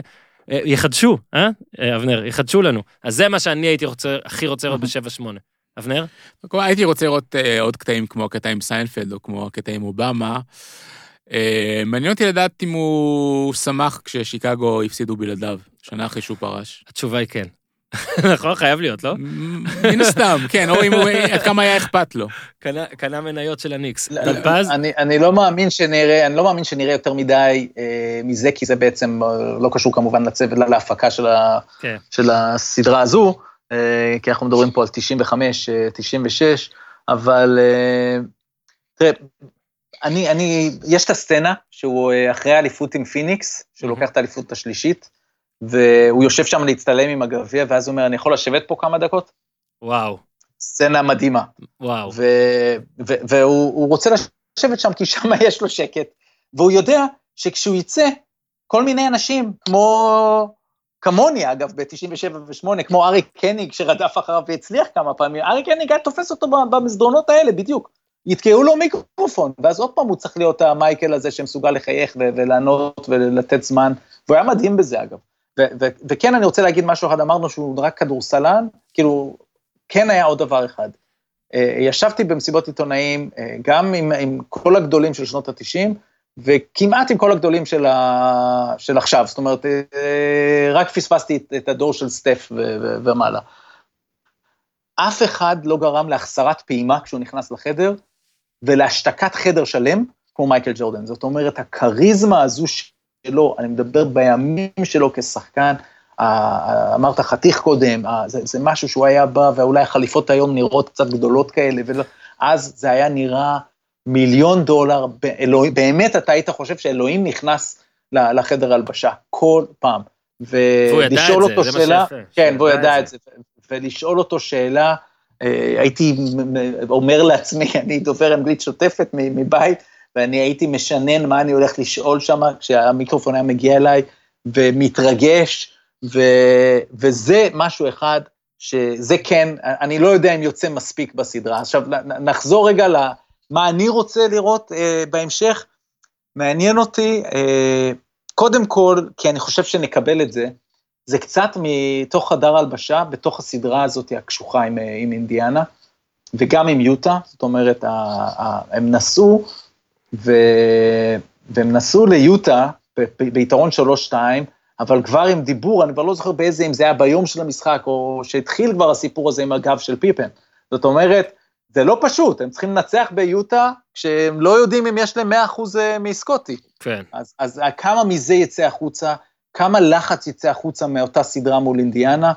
שיחדשו, אה? אבנר, יחדשו לנו. אז זה מה שאני הייתי רוצה, הכי רוצה לראות בשבע שמונה. אבנר? הייתי רוצה לראות אה, עוד קטעים כמו הקטע עם סיינפלד, או כמו הקטע עם אובמה. אה, מעניין אותי לדעת אם הוא שמח כששיקגו הפסידו בלעדיו, שנה אחרי שהוא פרש. התשובה היא כן. נכון, חייב להיות, לא? מן הסתם, כן, או אם הוא, עד כמה היה אכפת לו. קנה, קנה מניות של הניקס. אני, אני לא מאמין שנראה, אני לא מאמין שנראה יותר מדי אה, מזה, כי זה בעצם לא קשור כמובן לצוות, להפקה של, ה, כן. של הסדרה הזו, כי אנחנו מדברים פה על תשעים וחמש, תשעים ושש, אבל תראה, אני, אני, יש את הסצנה שהוא אחרי האליפות עם פיניקס, שהוא לוקח את האליפות השלישית, והוא יושב שם להצטלם עם הגביע, ואז הוא אומר, אני יכול לשבת פה כמה דקות? וואו. סצנה מדהימה. וואו. ו, ו, והוא רוצה לשבת שם, כי שם יש לו שקט, והוא יודע שכשהוא יצא, כל מיני אנשים, כמו... כמוני, אגב, ב-תשעים ושבע ו-שמונה, כמו ארי קניג, שרדף אחריו והצליח כמה פעמים, ארי קניג היה תופס אותו במסדרונות האלה, בדיוק. יתקעו לו מיקרופון, ואז עוד פעם הוא צריך להיות המייקל הזה, שמסוגל לחייך ולענות ולתת זמן, והוא היה מדהים בזה, אגב. וכן, אני רוצה להגיד משהו אחד, אמרנו שהוא רק כדורסלן, כאילו, כן היה עוד דבר אחד. ישבתי במסיבות עיתונאים, גם עם, עם כל הגדולים של שנות ה-תשעים, וכמעט עם כל הגדולים של, ה... של עכשיו, זאת אומרת, רק פספסתי את, את הדור של סטף ו... ו... ומעלה. אף אחד לא גרם להחסרת פעימה כשהוא נכנס לחדר, ולהשתקת חדר שלם, כמו מייקל ג'ורדן. זאת אומרת, הקריזמה הזו שלו, אני מדבר בימים שלו כשחקן, אמרת חתיך קודם, זה, זה משהו שהוא היה בא, ואולי החליפות היום נראות קצת גדולות כאלה, ואז זה היה נראה מיליון דולר, באלוהים, באמת אתה היית חושב שאלוהים נכנס לחדר הלבשה, כל פעם. ולשאול אותו זה, שאלה, זה כן, והוא ידע את זה, ולשאול אותו שאלה, הייתי אומר לעצמי, אני דובר אנגלית שוטפת מבית, ואני הייתי משנן מה אני הולך לשאול שם, כשהמיקרופון היה מגיע אליי, ומתרגש, ו, וזה משהו אחד, שזה כן, אני לא יודע אם יוצא מספיק בסדרה. עכשיו, נחזור רגע למה אני רוצה לראות אה, בהמשך, מעניין אותי, אה, קודם כל, כי אני חושב שנקבל את זה, זה קצת מתוך חדר הלבשה, בתוך הסדרה הזאת הקשוחה עם, עם אינדיאנה, וגם עם יוטה, זאת אומרת, ה, ה, הם נסעו, ו, והם נסעו ליוטה, ב, ב, ביתרון שלוש שתיים, אבל כבר עם דיבור, אני כבר לא זוכר באיזה, אם זה היה ביום של המשחק, או שהתחיל כבר הסיפור הזה עם הגב של פיפן. זאת אומרת, זה לא פשוט, הם צריכים לנצח ביוטה, כשהם לא יודעים אם יש להם מאה אחוז מסקוטי. כן. אז, אז כמה מזה יצא החוצה, כמה לחץ יצא החוצה מאותה סדרה מול אינדיאנה,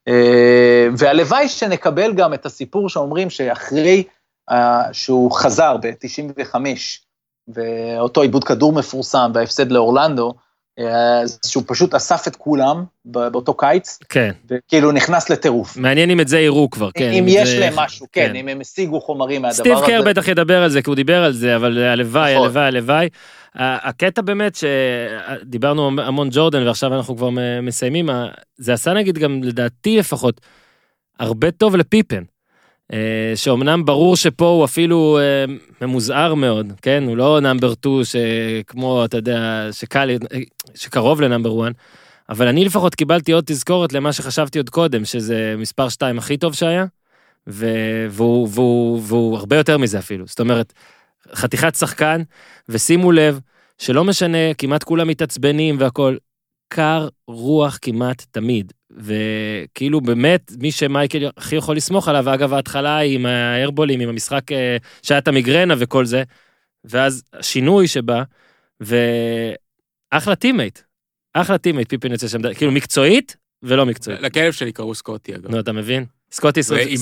והלוואי שנקבל גם את הסיפור שאומרים שאחרי שהוא חזר ב-תשעים וחמש, ואותו עיבוד כדור מפורסם, וההפסד לאורלנדו, שהוא פשוט אסף את כולם באותו קיץ, כן. וכאילו נכנס לטירוף. מעניין אם את זה יראו כבר, כן. אם יש להם משהו, כן, אם הם השיגו חומרים מהדבר הזה. סטיב קר בטח ידבר על זה, כי הוא דיבר על זה, אבל הלוואי, הלוואי, הלוואי. הקטע באמת שדיברנו המון ג'ורדן, ועכשיו אנחנו כבר מסיימים, זה עשה נגיד גם לדעתי לפחות, הרבה טוב לפיפן. שאומנם ברור שפה הוא אפילו ממוזער מאוד, כן? הוא לא נאמבר טו שכמו, אתה יודע, שקל, שקרוב לנאמבר וואן, אבל אני לפחות קיבלתי עוד תזכורת למה שחשבתי עוד קודם, שזה מספר שתיים הכי טוב שהיה, והוא, והוא, והוא הרבה יותר מזה אפילו. זאת אומרת, חתיכת שחקן, ושימו לב שלא משנה, כמעט כולם מתעצבנים והכל, קר רוח כמעט תמיד. וכאילו באמת מי שמייקל הכי יכול לסמוך עליו, אגב ההתחלה עם האיירבולים, עם המשחק שהיה את המגרנה וכל זה, ואז השינוי שבא, ואחלה טימייט, אחלה טימייט, פיפין יוצא שם, כאילו מקצועית ולא מקצועית. לכלב שלי קראו סקוטי אגב. נו, אתה מבין? סקוטי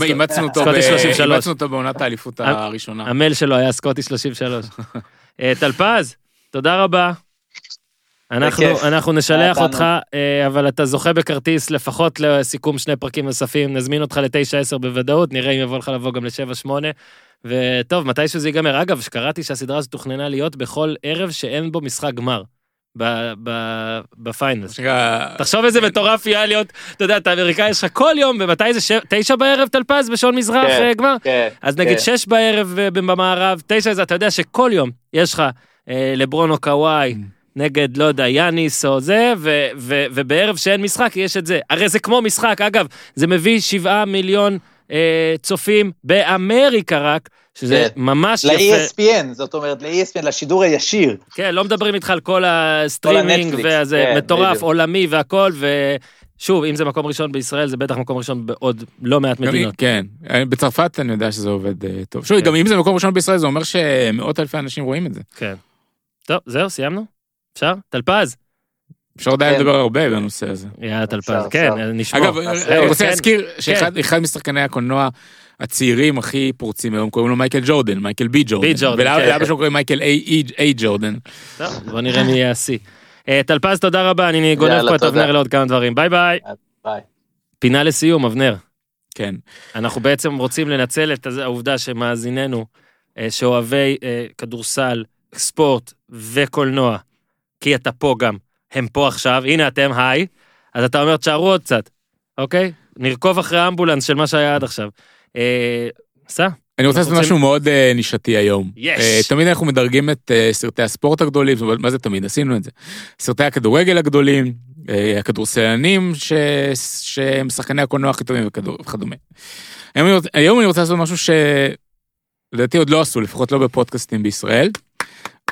שלושים אותו בעונת האליפות הראשונה. המייל שלו היה סקוטי שלושים ושלוש. תלפז, תודה רבה. אנחנו, אנחנו נשלח אותך, אבל אתה זוכה בכרטיס לפחות לסיכום שני פרקים נוספים, נזמין אותך לתשע עשר בוודאות, נראה אם יבוא לך לבוא גם לשבע שמונה, וטוב, מתי שזה ייגמר, אגב, שקראתי שהסדרה הזו תוכננה להיות בכל ערב שאין בו משחק גמר, בפיינלס. תחשוב איזה מטורף יהיה להיות, אתה יודע, אתה אמריקאי, יש לך כל יום, ומתי זה תשע בערב תלפז בשעון מזרח גמר? אז נגיד שש בערב במערב, תשע זה, אתה יודע שכל יום יש לך לברון או קוואי, נגד, לא יודע, יאניס או זה, ו- ו- ובערב שאין משחק, יש את זה. הרי זה כמו משחק, אגב, זה מביא שבעה מיליון אה, צופים באמריקה רק, שזה כן. ממש יפה. ל-E S P N, זאת אומרת, ל-E S P N, לשידור הישיר. כן, לא מדברים איתך על כל הסטרימינג, וזה כן, מטורף, בדיוק. עולמי והכל, ושוב, אם זה מקום ראשון בישראל, זה בטח מקום ראשון בעוד לא מעט מדינות. כן, בצרפת אני יודע שזה עובד uh, טוב. שוב, כן. גם אם זה מקום ראשון בישראל, זה אומר שמאות אלפי אנשים רואים את זה. כן. טוב, זהו, סיימנו? אפשר? תלפז. אפשר די לדבר הרבה בנושא הזה. יאללה, תלפז, כן, נשמור. אגב, אני רוצה להזכיר שאחד משחקני הקולנוע הצעירים הכי פורצים היום, קוראים לו מייקל ג'ורדן, מייקל בי ג'ורדן. בי ג'ורדן, כן. ולאבא שלו קוראים מייקל איי ג'ורדן. טוב, בוא נראה מי יהיה השיא. תלפז, תודה רבה, אני גונב פה את אבנר לעוד כמה דברים. ביי ביי. ביי. פינה לסיום, אבנר. כן. אנחנו בעצם רוצים לנצל את העובדה שמאזיננו, שאוהבי כדורסל, ספורט וקולנוע, כי אתה פה גם, הם פה עכשיו, הנה אתם, היי, אז אתה אומר, תשארו עוד קצת, אוקיי? נרכוב אחרי האמבולנס של מה שהיה עד עכשיו. סע. אני רוצה לעשות משהו מאוד נישתי היום. יש. תמיד אנחנו מדרגים את סרטי הספורט הגדולים, מה זה תמיד? עשינו את זה. סרטי הכדורגל הגדולים, הכדורסלנים שהם שחקני הקולנוע הכי טובים וכדומה. היום אני רוצה לעשות משהו שלדעתי עוד לא עשו, לפחות לא בפודקאסטים בישראל,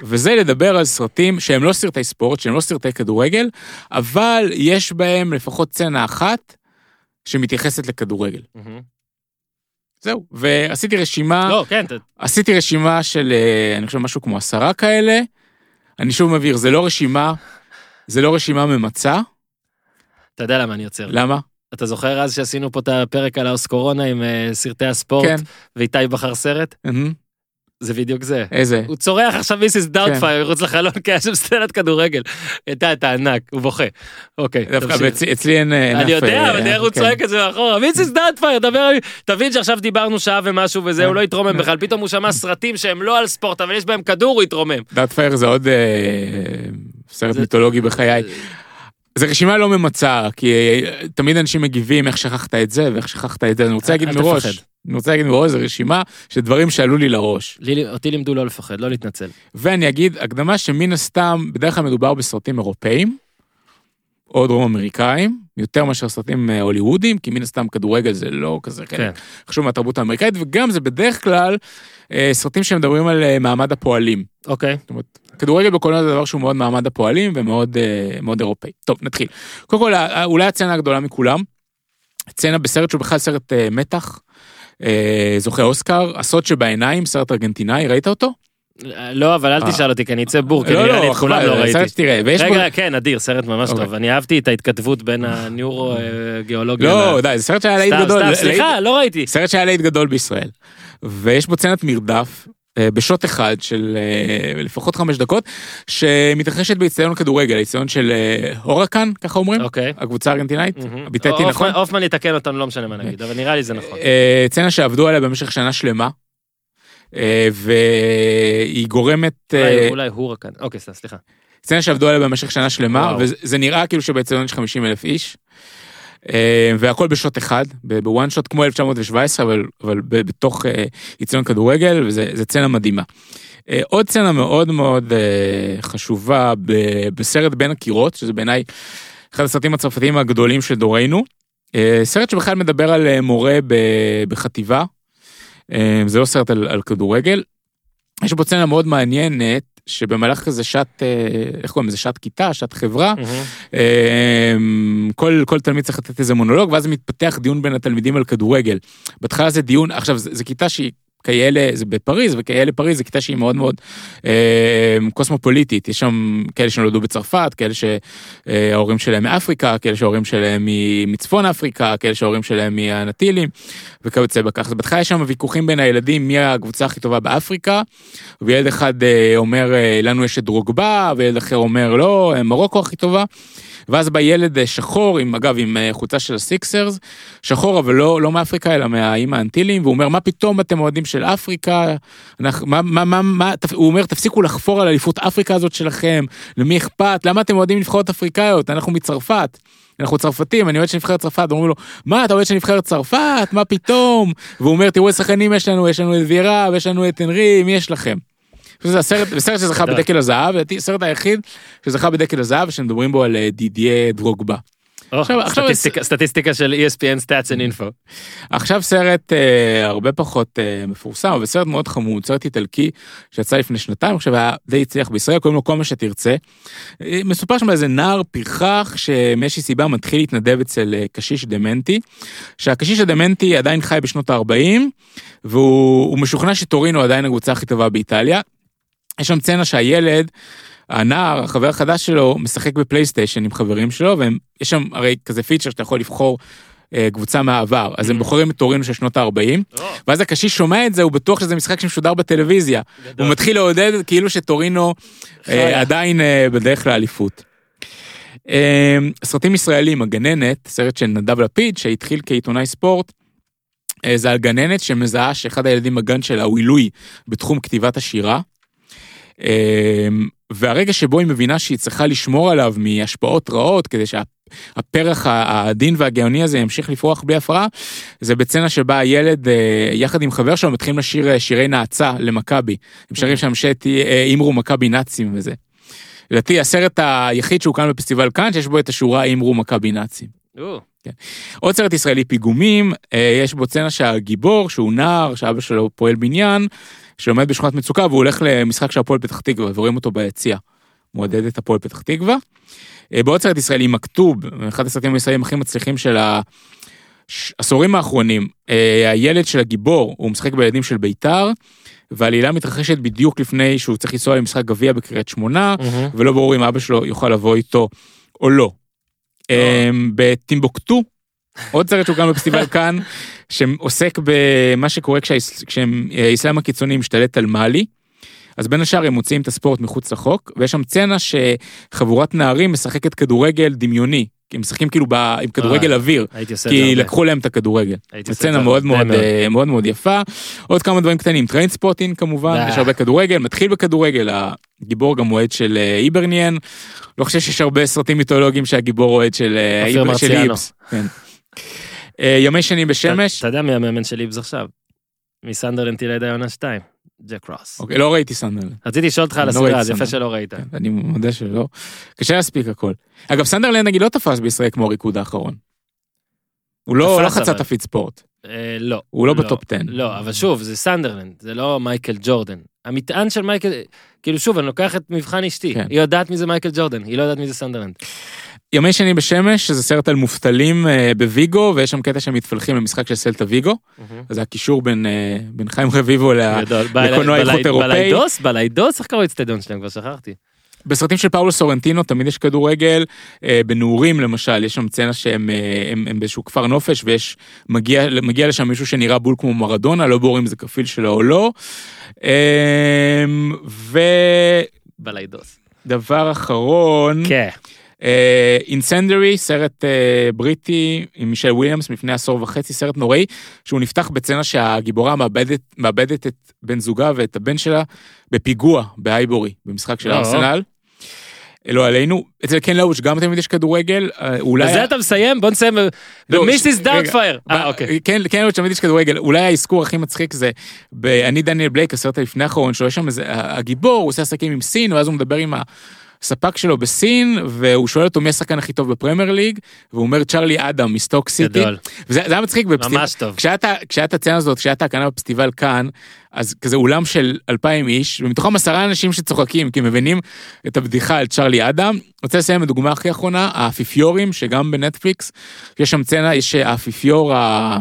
וזה לדבר על סרטים שהם לא סרטי ספורט, שהם לא סרטי כדורגל, אבל יש בהם לפחות סצנה אחת שמתייחסת לכדורגל. זהו, ועשיתי רשימה, לא, כן, עשיתי רשימה של, אני חושב משהו כמו עשרה כאלה, אני שוב מבהיר, זה לא רשימה, זה לא רשימה ממצה. אתה יודע למה אני יוצר. למה? אתה זוכר אז שעשינו פה את הפרק על האוסקורונה עם סרטי הספורט, כן. ואיתי בחר סרט? זה בדיוק זה. איזה? הוא צורח עכשיו מיסיס דאוטפייר, מחוץ לחלון, כי היה שם סצנת כדורגל. הייתה את הענק, הוא בוכה. אוקיי. דווקא אצלי אין... אני יודע, אבל איך הוא צועק את זה מאחורה. מיסיס דאוטפייר, דבר... תבין שעכשיו דיברנו שעה ומשהו וזה, הוא לא יתרומם בכלל. פתאום הוא שמע סרטים שהם לא על ספורט, אבל יש בהם כדור, הוא יתרומם. דאוטפייר זה עוד סרט מיתולוגי בחיי. זה רשימה לא ממצה, כי תמיד אנשים מגיבים איך שכחת את זה ואיך שכחת את זה. אני רוצה להגיד מראש, אני רוצה להגיד מראש, זו רשימה של דברים שעלו לי לראש. אותי לימדו לא לפחד, לא להתנצל. ואני אגיד, הקדמה שמן הסתם, בדרך כלל מדובר בסרטים אירופאים, או דרום אמריקאים, יותר מאשר סרטים הוליוודיים, כי מן הסתם כדורגל זה לא כזה חלק חשוב מהתרבות האמריקאית, וגם זה בדרך כלל סרטים שמדברים על מעמד הפועלים. אוקיי. זאת אומרת, כדורגל בקולנוע זה דבר שהוא מאוד מעמד הפועלים ומאוד מאוד אירופאי. טוב, נתחיל. קודם כל, אולי הצצנה הגדולה מכולם, הצצנה בסרט שהוא בכלל סרט מתח, זוכה אוסקר, הסוד שבעיניים, סרט ארגנטינאי, ראית אותו? לא, אבל אל תשאל אותי, כי אני אצא בור, כי נראה לי את כולם לא ראיתי. רגע, כן, אדיר, סרט ממש טוב. אני אהבתי את ההתכתבות בין הניורו-גיאולוגיה. לא, די, זה סרט שהיה להיט גדול. סתם, סליחה, לא ראיתי. סרט שהיה להיט גדול בישראל. ויש בו סצנת מרדף, בשוט אחד של לפחות חמש דקות, שמתרחשת באצטדיון כדורגל, האצטדיון של הורקן, ככה אומרים, הקבוצה הארגנטינאית, ביטאתי נכון. אופמן יתקן אותנו, לא משנה מה נגיד, אבל נראה לי זה נכון. סצנה שעבדו עליה במשך שנה שלמה, והיא גורמת... אולי הורקן, אוקיי, סליחה. סצנה שעבדו עליה במשך שנה שלמה, וזה נראה כאילו שבאצטדיון יש חמישים אלף איש, והכל בשוט אחד, בוואן שוט כמו אלף תשע מאות שבע עשרה, אבל, אבל בתוך אצטדיון כדורגל, וזה סצנה מדהימה. עוד סצנה מאוד מאוד חשובה בסרט בין הקירות, שזה בעיניי אחד הסרטים הצרפתיים הגדולים של דורנו, סרט שבכלל מדבר על מורה בחטיבה, זה לא סרט על, על כדורגל, יש בו סצנה מאוד מעניינת, שבמהלך כזה שעת, איך קוראים, זה שעת כיתה, שעת חברה, כל, כל תלמיד צריך לתת איזה מונולוג, ואז מתפתח דיון בין התלמידים על כדורגל. בהתחלה זה דיון, עכשיו, זה, זה כיתה שהיא כאלה, זה בפריז, וכאלה פריז, זה כיתה שהיא מאוד מאוד אה, קוסמופוליטית, יש שם כאלה שנולדו בצרפת, כאלה שההורים שלהם מאפריקה, כאלה שההורים שלהם מצפון אפריקה, כאלה שההורים שלהם מהנטילים, וכיוצא בכך. אז בהתחלה יש שם ויכוחים בין הילדים, מי הקבוצה הכי טובה באפריקה, וילד אחד אה, אומר, לנו יש את דרוגבה, וילד אחר אומר, לא, מרוקו הכי טובה, ואז בא ילד שחור, עם, אגב, עם חולצה של הסיקסרס, שחור, אבל לא, לא מאפריקה, אלא מהאיים האנטילים, והוא אומר, מה פתאום אתם אוהדים של אפריקה? אנחנו, מה, מה, מה, מה, הוא אומר, תפסיקו לחפור על אליפות אפריקה הזאת שלכם, למי אכפת? למה אתם אוהדים נבחרות אפריקאיות? אנחנו מצרפת. אנחנו צרפתים, אני אוהד שנבחרת צרפת, אומרים לו, מה, אתה אוהד שנבחרת צרפת? מה פתאום? והוא אומר, תראו, שחקנים יש לנו, יש לנו את וירה, ויש לנו את אנרי, מי יש לכם? זה הסרט, הסרט שזכה בדקל הזהב, הסרט היחיד שזכה בדקל הזהב, שמדברים בו על דידיה דרוגבה. סטטיסטיקה של אי אס פי אן Stats and Info. עכשיו סרט הרבה פחות מפורסם, אבל סרט מאוד חמוד, סרט איטלקי, שיצא לפני שנתיים, עכשיו היה די הצליח בישראל, קוראים לו כל מה שתרצה. מסופר שם איזה נער פרחח, שמאיזושהי סיבה מתחיל להתנדב אצל קשיש דמנטי, שהקשיש הדמנטי עדיין חי בשנות ה-ארבעים, והוא משוכנע שטורינו עדיין הקבוצה הכי טובה באיטליה. יש שם סצנה שהילד, הנער, החבר החדש שלו, משחק בפלייסטיישן עם חברים שלו, ויש שם הרי כזה פיצ'ר שאתה יכול לבחור אה, קבוצה מהעבר, אז הם בוחרים את טורינו של שנות ה-ארבעים, ואז הקשיש שומע את זה, הוא בטוח שזה משחק שמשודר בטלוויזיה, הוא מתחיל לעודד כאילו שטורינו אה, עדיין אה, בדרך לאליפות. אה, סרטים ישראלים, הגננת, סרט של נדב לפיד, שהתחיל כעיתונאי ספורט, אה, זה על גננת שמזהה שאחד הילדים בגן שלה הוא עילוי בתחום כתיבת השירה, והרגע שבו היא מבינה שהיא צריכה לשמור עליו מהשפעות רעות, כדי שהפרח העדין והגאוני הזה ימשיך לפרוח בלי הפרעה, זה בצנה שבה הילד יחד עם חבר שלו מתחילים לשיר שירי נעצה למכבי, הם שרים שם שאימרו מכבי נאצים וזה. לדעתי הסרט היחיד שהוקם בפסטיבל כאן, שיש בו את השורה אימרו מכבי נאצים. עוד סרט ישראלי פיגומים, יש בו צנה שהגיבור, שהוא נער, שאבא שלו פועל בניין, שלומד בשכונת מצוקה, והוא הולך למשחק של הפועל פתח תקווה, ורואים אותו ביציע, מועדד את הפועל פתח תקווה. בעוד סרט ישראלי, מכתוב, אחד הסרטים הישראלים הכי מצליחים של העשורים האחרונים, הילד של הגיבור, הוא משחק בילדים של ביתר, והעלילה מתרחשת בדיוק לפני שהוא צריך לנסוע למשחק גביע בקריית שמונה, ולא ברור אם אבא שלו יוכל לבוא איתו או לא. בטימבוקטו, עוד סרט שהוא גם בפסטיבל כאן, שעוסק במה שקורה כשהאסלאם הקיצוני משתלט על מאלי, אז בין השאר הם מוציאים את הספורט מחוץ לחוק, ויש שם צנה שחבורת נערים משחקת כדורגל דמיוני, כי הם משחקים כאילו עם כדורגל אוויר, כי לקחו להם את הכדורגל. צנה מאוד מאוד מאוד יפה. עוד כמה דברים קטנים, טריינספוטינג כמובן, יש הרבה כדורגל, מתחיל בכדורגל, הגיבור גם אוהד של איברניאן, לא חושב שיש הרבה סרטים מיתולוגיים שהגיבור אוהד של איבס. ימי שני בשמש. אתה יודע מי המאמן של איבס עכשיו? מסנדרלנד תלעד העונה שתיים. ג'ק רוס. אוקיי, לא ראיתי סנדרלנד. רציתי לשאול אותך על הסדרה, אז יפה שלא ראית. אני מודה שלא. קשה להספיק הכל. אגב, סנדרלנד נגיד לא תפס בישראל כמו הריקוד האחרון. הוא לא חצה תפית ספורט. לא. הוא לא בטופ עשר. לא, אבל שוב, זה סנדרלנד, זה לא מייקל ג'ורדן. המטען של מייקל, כאילו שוב, אני לוקח את מבחן אשתי. היא יודעת מי זה מייקל ג'ורדן, היא לא יודעת מי זה סנדרלנד. ימי שני בשמש, שזה סרט על מובטלים בוויגו, ויש שם קטע שמתפלחים למשחק של סלטה ויגו, אז זה הקישור בין חיים רביבו לקולנוע איכות אירופאי. בליידוס, בליידוס, איך קראו את סטדיון שלהם, כבר שכחתי. בסרטים של פאולו סורנטינו תמיד יש כדורגל, בנעורים למשל, יש שם צנה שהם באיזשהו כפר נופש, ויש, מגיע לשם מישהו שנראה בול כמו מרדונה, לא ברור אם זה כפיל שלו או לא. ו... בליידוס. דבר אחרון. כן. אינסנדרי, סרט בריטי עם מישל וויליאמס לפני עשור וחצי, סרט נוראי, שהוא נפתח בצנה שהגיבורה מאבדת, מאבדת את בן זוגה ואת הבן שלה בפיגוע באייבורי, במשחק של ארסנל. לא עלינו, אצל קן לאוש גם תמיד יש כדורגל, אולי... בזה אתה מסיים? בוא נסיים במיסיס דארקפייר. קן לאוש תמיד יש כדורגל, אולי האזכור הכי מצחיק זה, אני דניאל בלייק, הסרט הלפני האחרון, שלו יש שם הגיבור, הוא עושה עסקים עם סין, ואז הוא מדבר עם ה... ספק שלו בסין, והוא שואל אותו מי השחקן הכי טוב בפרמייר ליג, והוא אומר צ'רלי אדם מסטוק סיטי. גדול. וזה היה מצחיק בפסטיבל. ממש טוב. כשהייתה הצנה הזאת, כשהייתה הקנה בפסטיבל כאן, אז כזה אולם של אלפיים איש, ומתוכם עשרה אנשים שצוחקים, כי מבינים את הבדיחה על צ'רלי אדם. רוצה לסיים בדוגמה הכי אחרונה, האפיפיורים, שגם בנטפליקס, יש שם צנה, יש האפיפיור ה...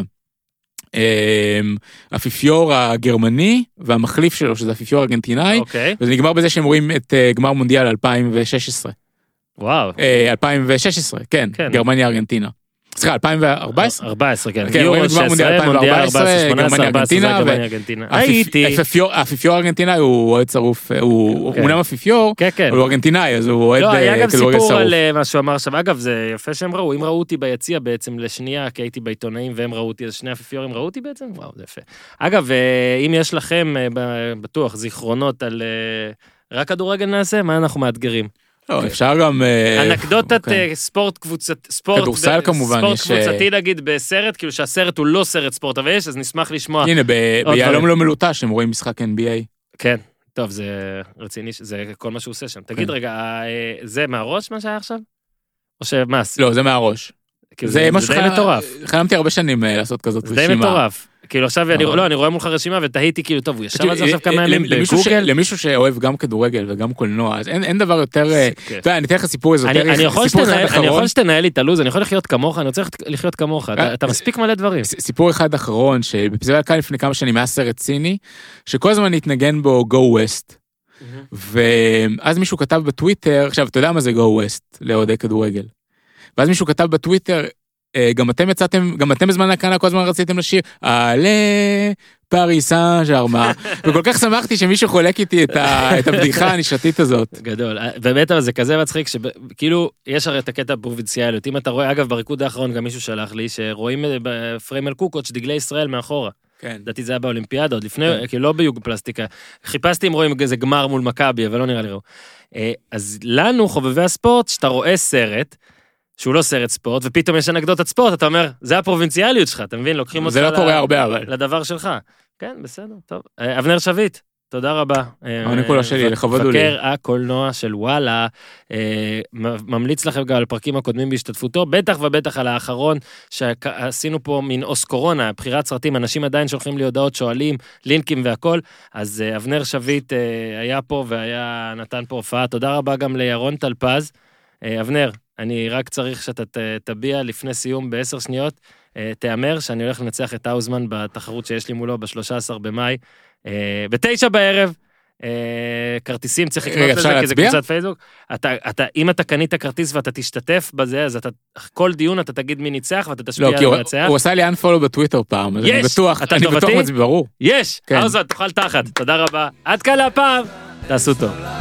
האפיפיור הגרמני והמחליף שלו שזה האפיפיור הארגנטינאי, וזה נגמר בזה שהם רואים את גמר מונדיאל אלפיים ושש עשרה. וואו. אלפיים ושש עשרה, כן, גרמניה ארגנטינה. סליחה, אלפיים וארבע עשרה? ארבע עשרה, כן. רואים את גמר מונדיאל אלפיים וארבע עשרה, גרמניה ארגנטינה. הייתי. האפיפיור הארגנטינאי הוא אוהד שרוף, הוא אומנם אפיפיור, אבל הוא ארגנטינאי, אז הוא אוהד כדורגל שרוף. לא, היה גם סיפור על שרוף. מה שהוא אמר עכשיו. אגב, זה יפה שהם ראו. אם ראו אותי ביציע בעצם לשנייה, כי הייתי בעיתונאים והם ראו אותי, אז שני אפיפיורים ראו אותי בעצם? וואו, זה יפה. אגב, אם יש לכם, בטוח, זיכרונות על רק כדורגל נעשה, מה אנחנו מאתגרים? לא, אפשר גם... אנקדוטת ספורט קבוצתי, ספורט קבוצתי נגיד בסרט, כאילו שהסרט הוא לא סרט ספורט, אבל יש, אז נשמח לשמוע. הנה, ביעלום לא מלוטש, הם רואים משחק אן בי איי. כן, טוב, זה רציני, זה כל מה שהוא עושה שם. תגיד רגע, זה מהראש מה שהיה עכשיו? או שמה? לא, זה מהראש. זה די מטורף. חלמתי הרבה שנים לעשות כזאת רשימה. זה די מטורף. כאילו עכשיו, אני, לא, אני רואה מולך רשימה ותהיתי כאילו, טוב, הוא ישב על זה עכשיו כמה ימים בגוגל. למישהו שאוהב גם כדורגל וגם קולנוע, אז אין דבר יותר, אתה יודע, אני אתן לך סיפור אזוטרי, סיפור אחד אחרון. אני יכול שתנהל לי את הלוז, אני יכול לחיות כמוך, אני רוצה לחיות כמוך, אתה מספיק מלא דברים. סיפור אחד אחרון, שבפסטיבל כאן לפני כמה שנים היה סרט סיני, שכל הזמן התנגן בו Go West, ואז מישהו כתב בטוויטר, עכשיו, אתה יודע מה זה Go West, לאוהדי כדורגל. ואז מישהו כתב בטוויטר, גם אתם יצאתם, גם אתם בזמן הקנה כל הזמן רציתם לשיר, עלה פאריס סן ז'רמן, וכל כך שמחתי שמישהו חולק איתי את הבדיחה הנשתית הזאת. גדול, באמת אבל זה כזה מצחיק, שכאילו יש הרי את הקטע הפרובינציאליות, אם אתה רואה, אגב בריקוד האחרון גם מישהו שלח לי, שרואים בפריים אל קוקות שדגלי ישראל מאחורה. דעתי זה היה באולימפיאדה, עוד לפני, כאילו לא ביוג פלסטיקה. חיפשתי אם רואים איזה גמר מול מכבי, אבל לא נראה לי ראו. אז לנו, חובבי הספורט, שאתה רואה סרט, שהוא לא סרט ספורט, ופתאום יש אנקדוטת ספורט, אתה אומר, זה הפרובינציאליות שלך, אתה מבין? לוקחים אותך זה לא קורה הרבה, אבל. לדבר שלך. כן, בסדר, טוב. אבנר שביט, תודה רבה. אני כולה שלי, לכבוד הוא לי. מבקר הקולנוע של וואלה, ממליץ לכם גם על פרקים הקודמים בהשתתפותו, בטח ובטח על האחרון, שעשינו פה מין אוס קורונה, בחירת סרטים, אנשים עדיין שולחים לי הודעות, שואלים, לינקים והכל, אז אבנר שביט היה פה והיה נתן פה הופעה, תודה רבה גם לירון טלפז. אבנר, אני רק צריך שאתה תביע לפני סיום בעשר שניות, תאמר שאני הולך לנצח את האוזמן בתחרות שיש לי מולו ב-שלושה עשר במאי, בתשע בערב, כרטיסים צריך לקנות לזה, כי זה קבוצת פייסבוק, אם אתה קנית כרטיס ואתה תשתתף בזה, אז כל דיון אתה תגיד מי ניצח, ואתה תשפיע על המנצח. הוא עשה לי unfollow בטוויטר פעם, אז אני בטוח, אני בטוח מצביע, ברור. יש, האוזמן, תאכל תחת, תודה רבה, עד כאן להפעם, תעשו טוב.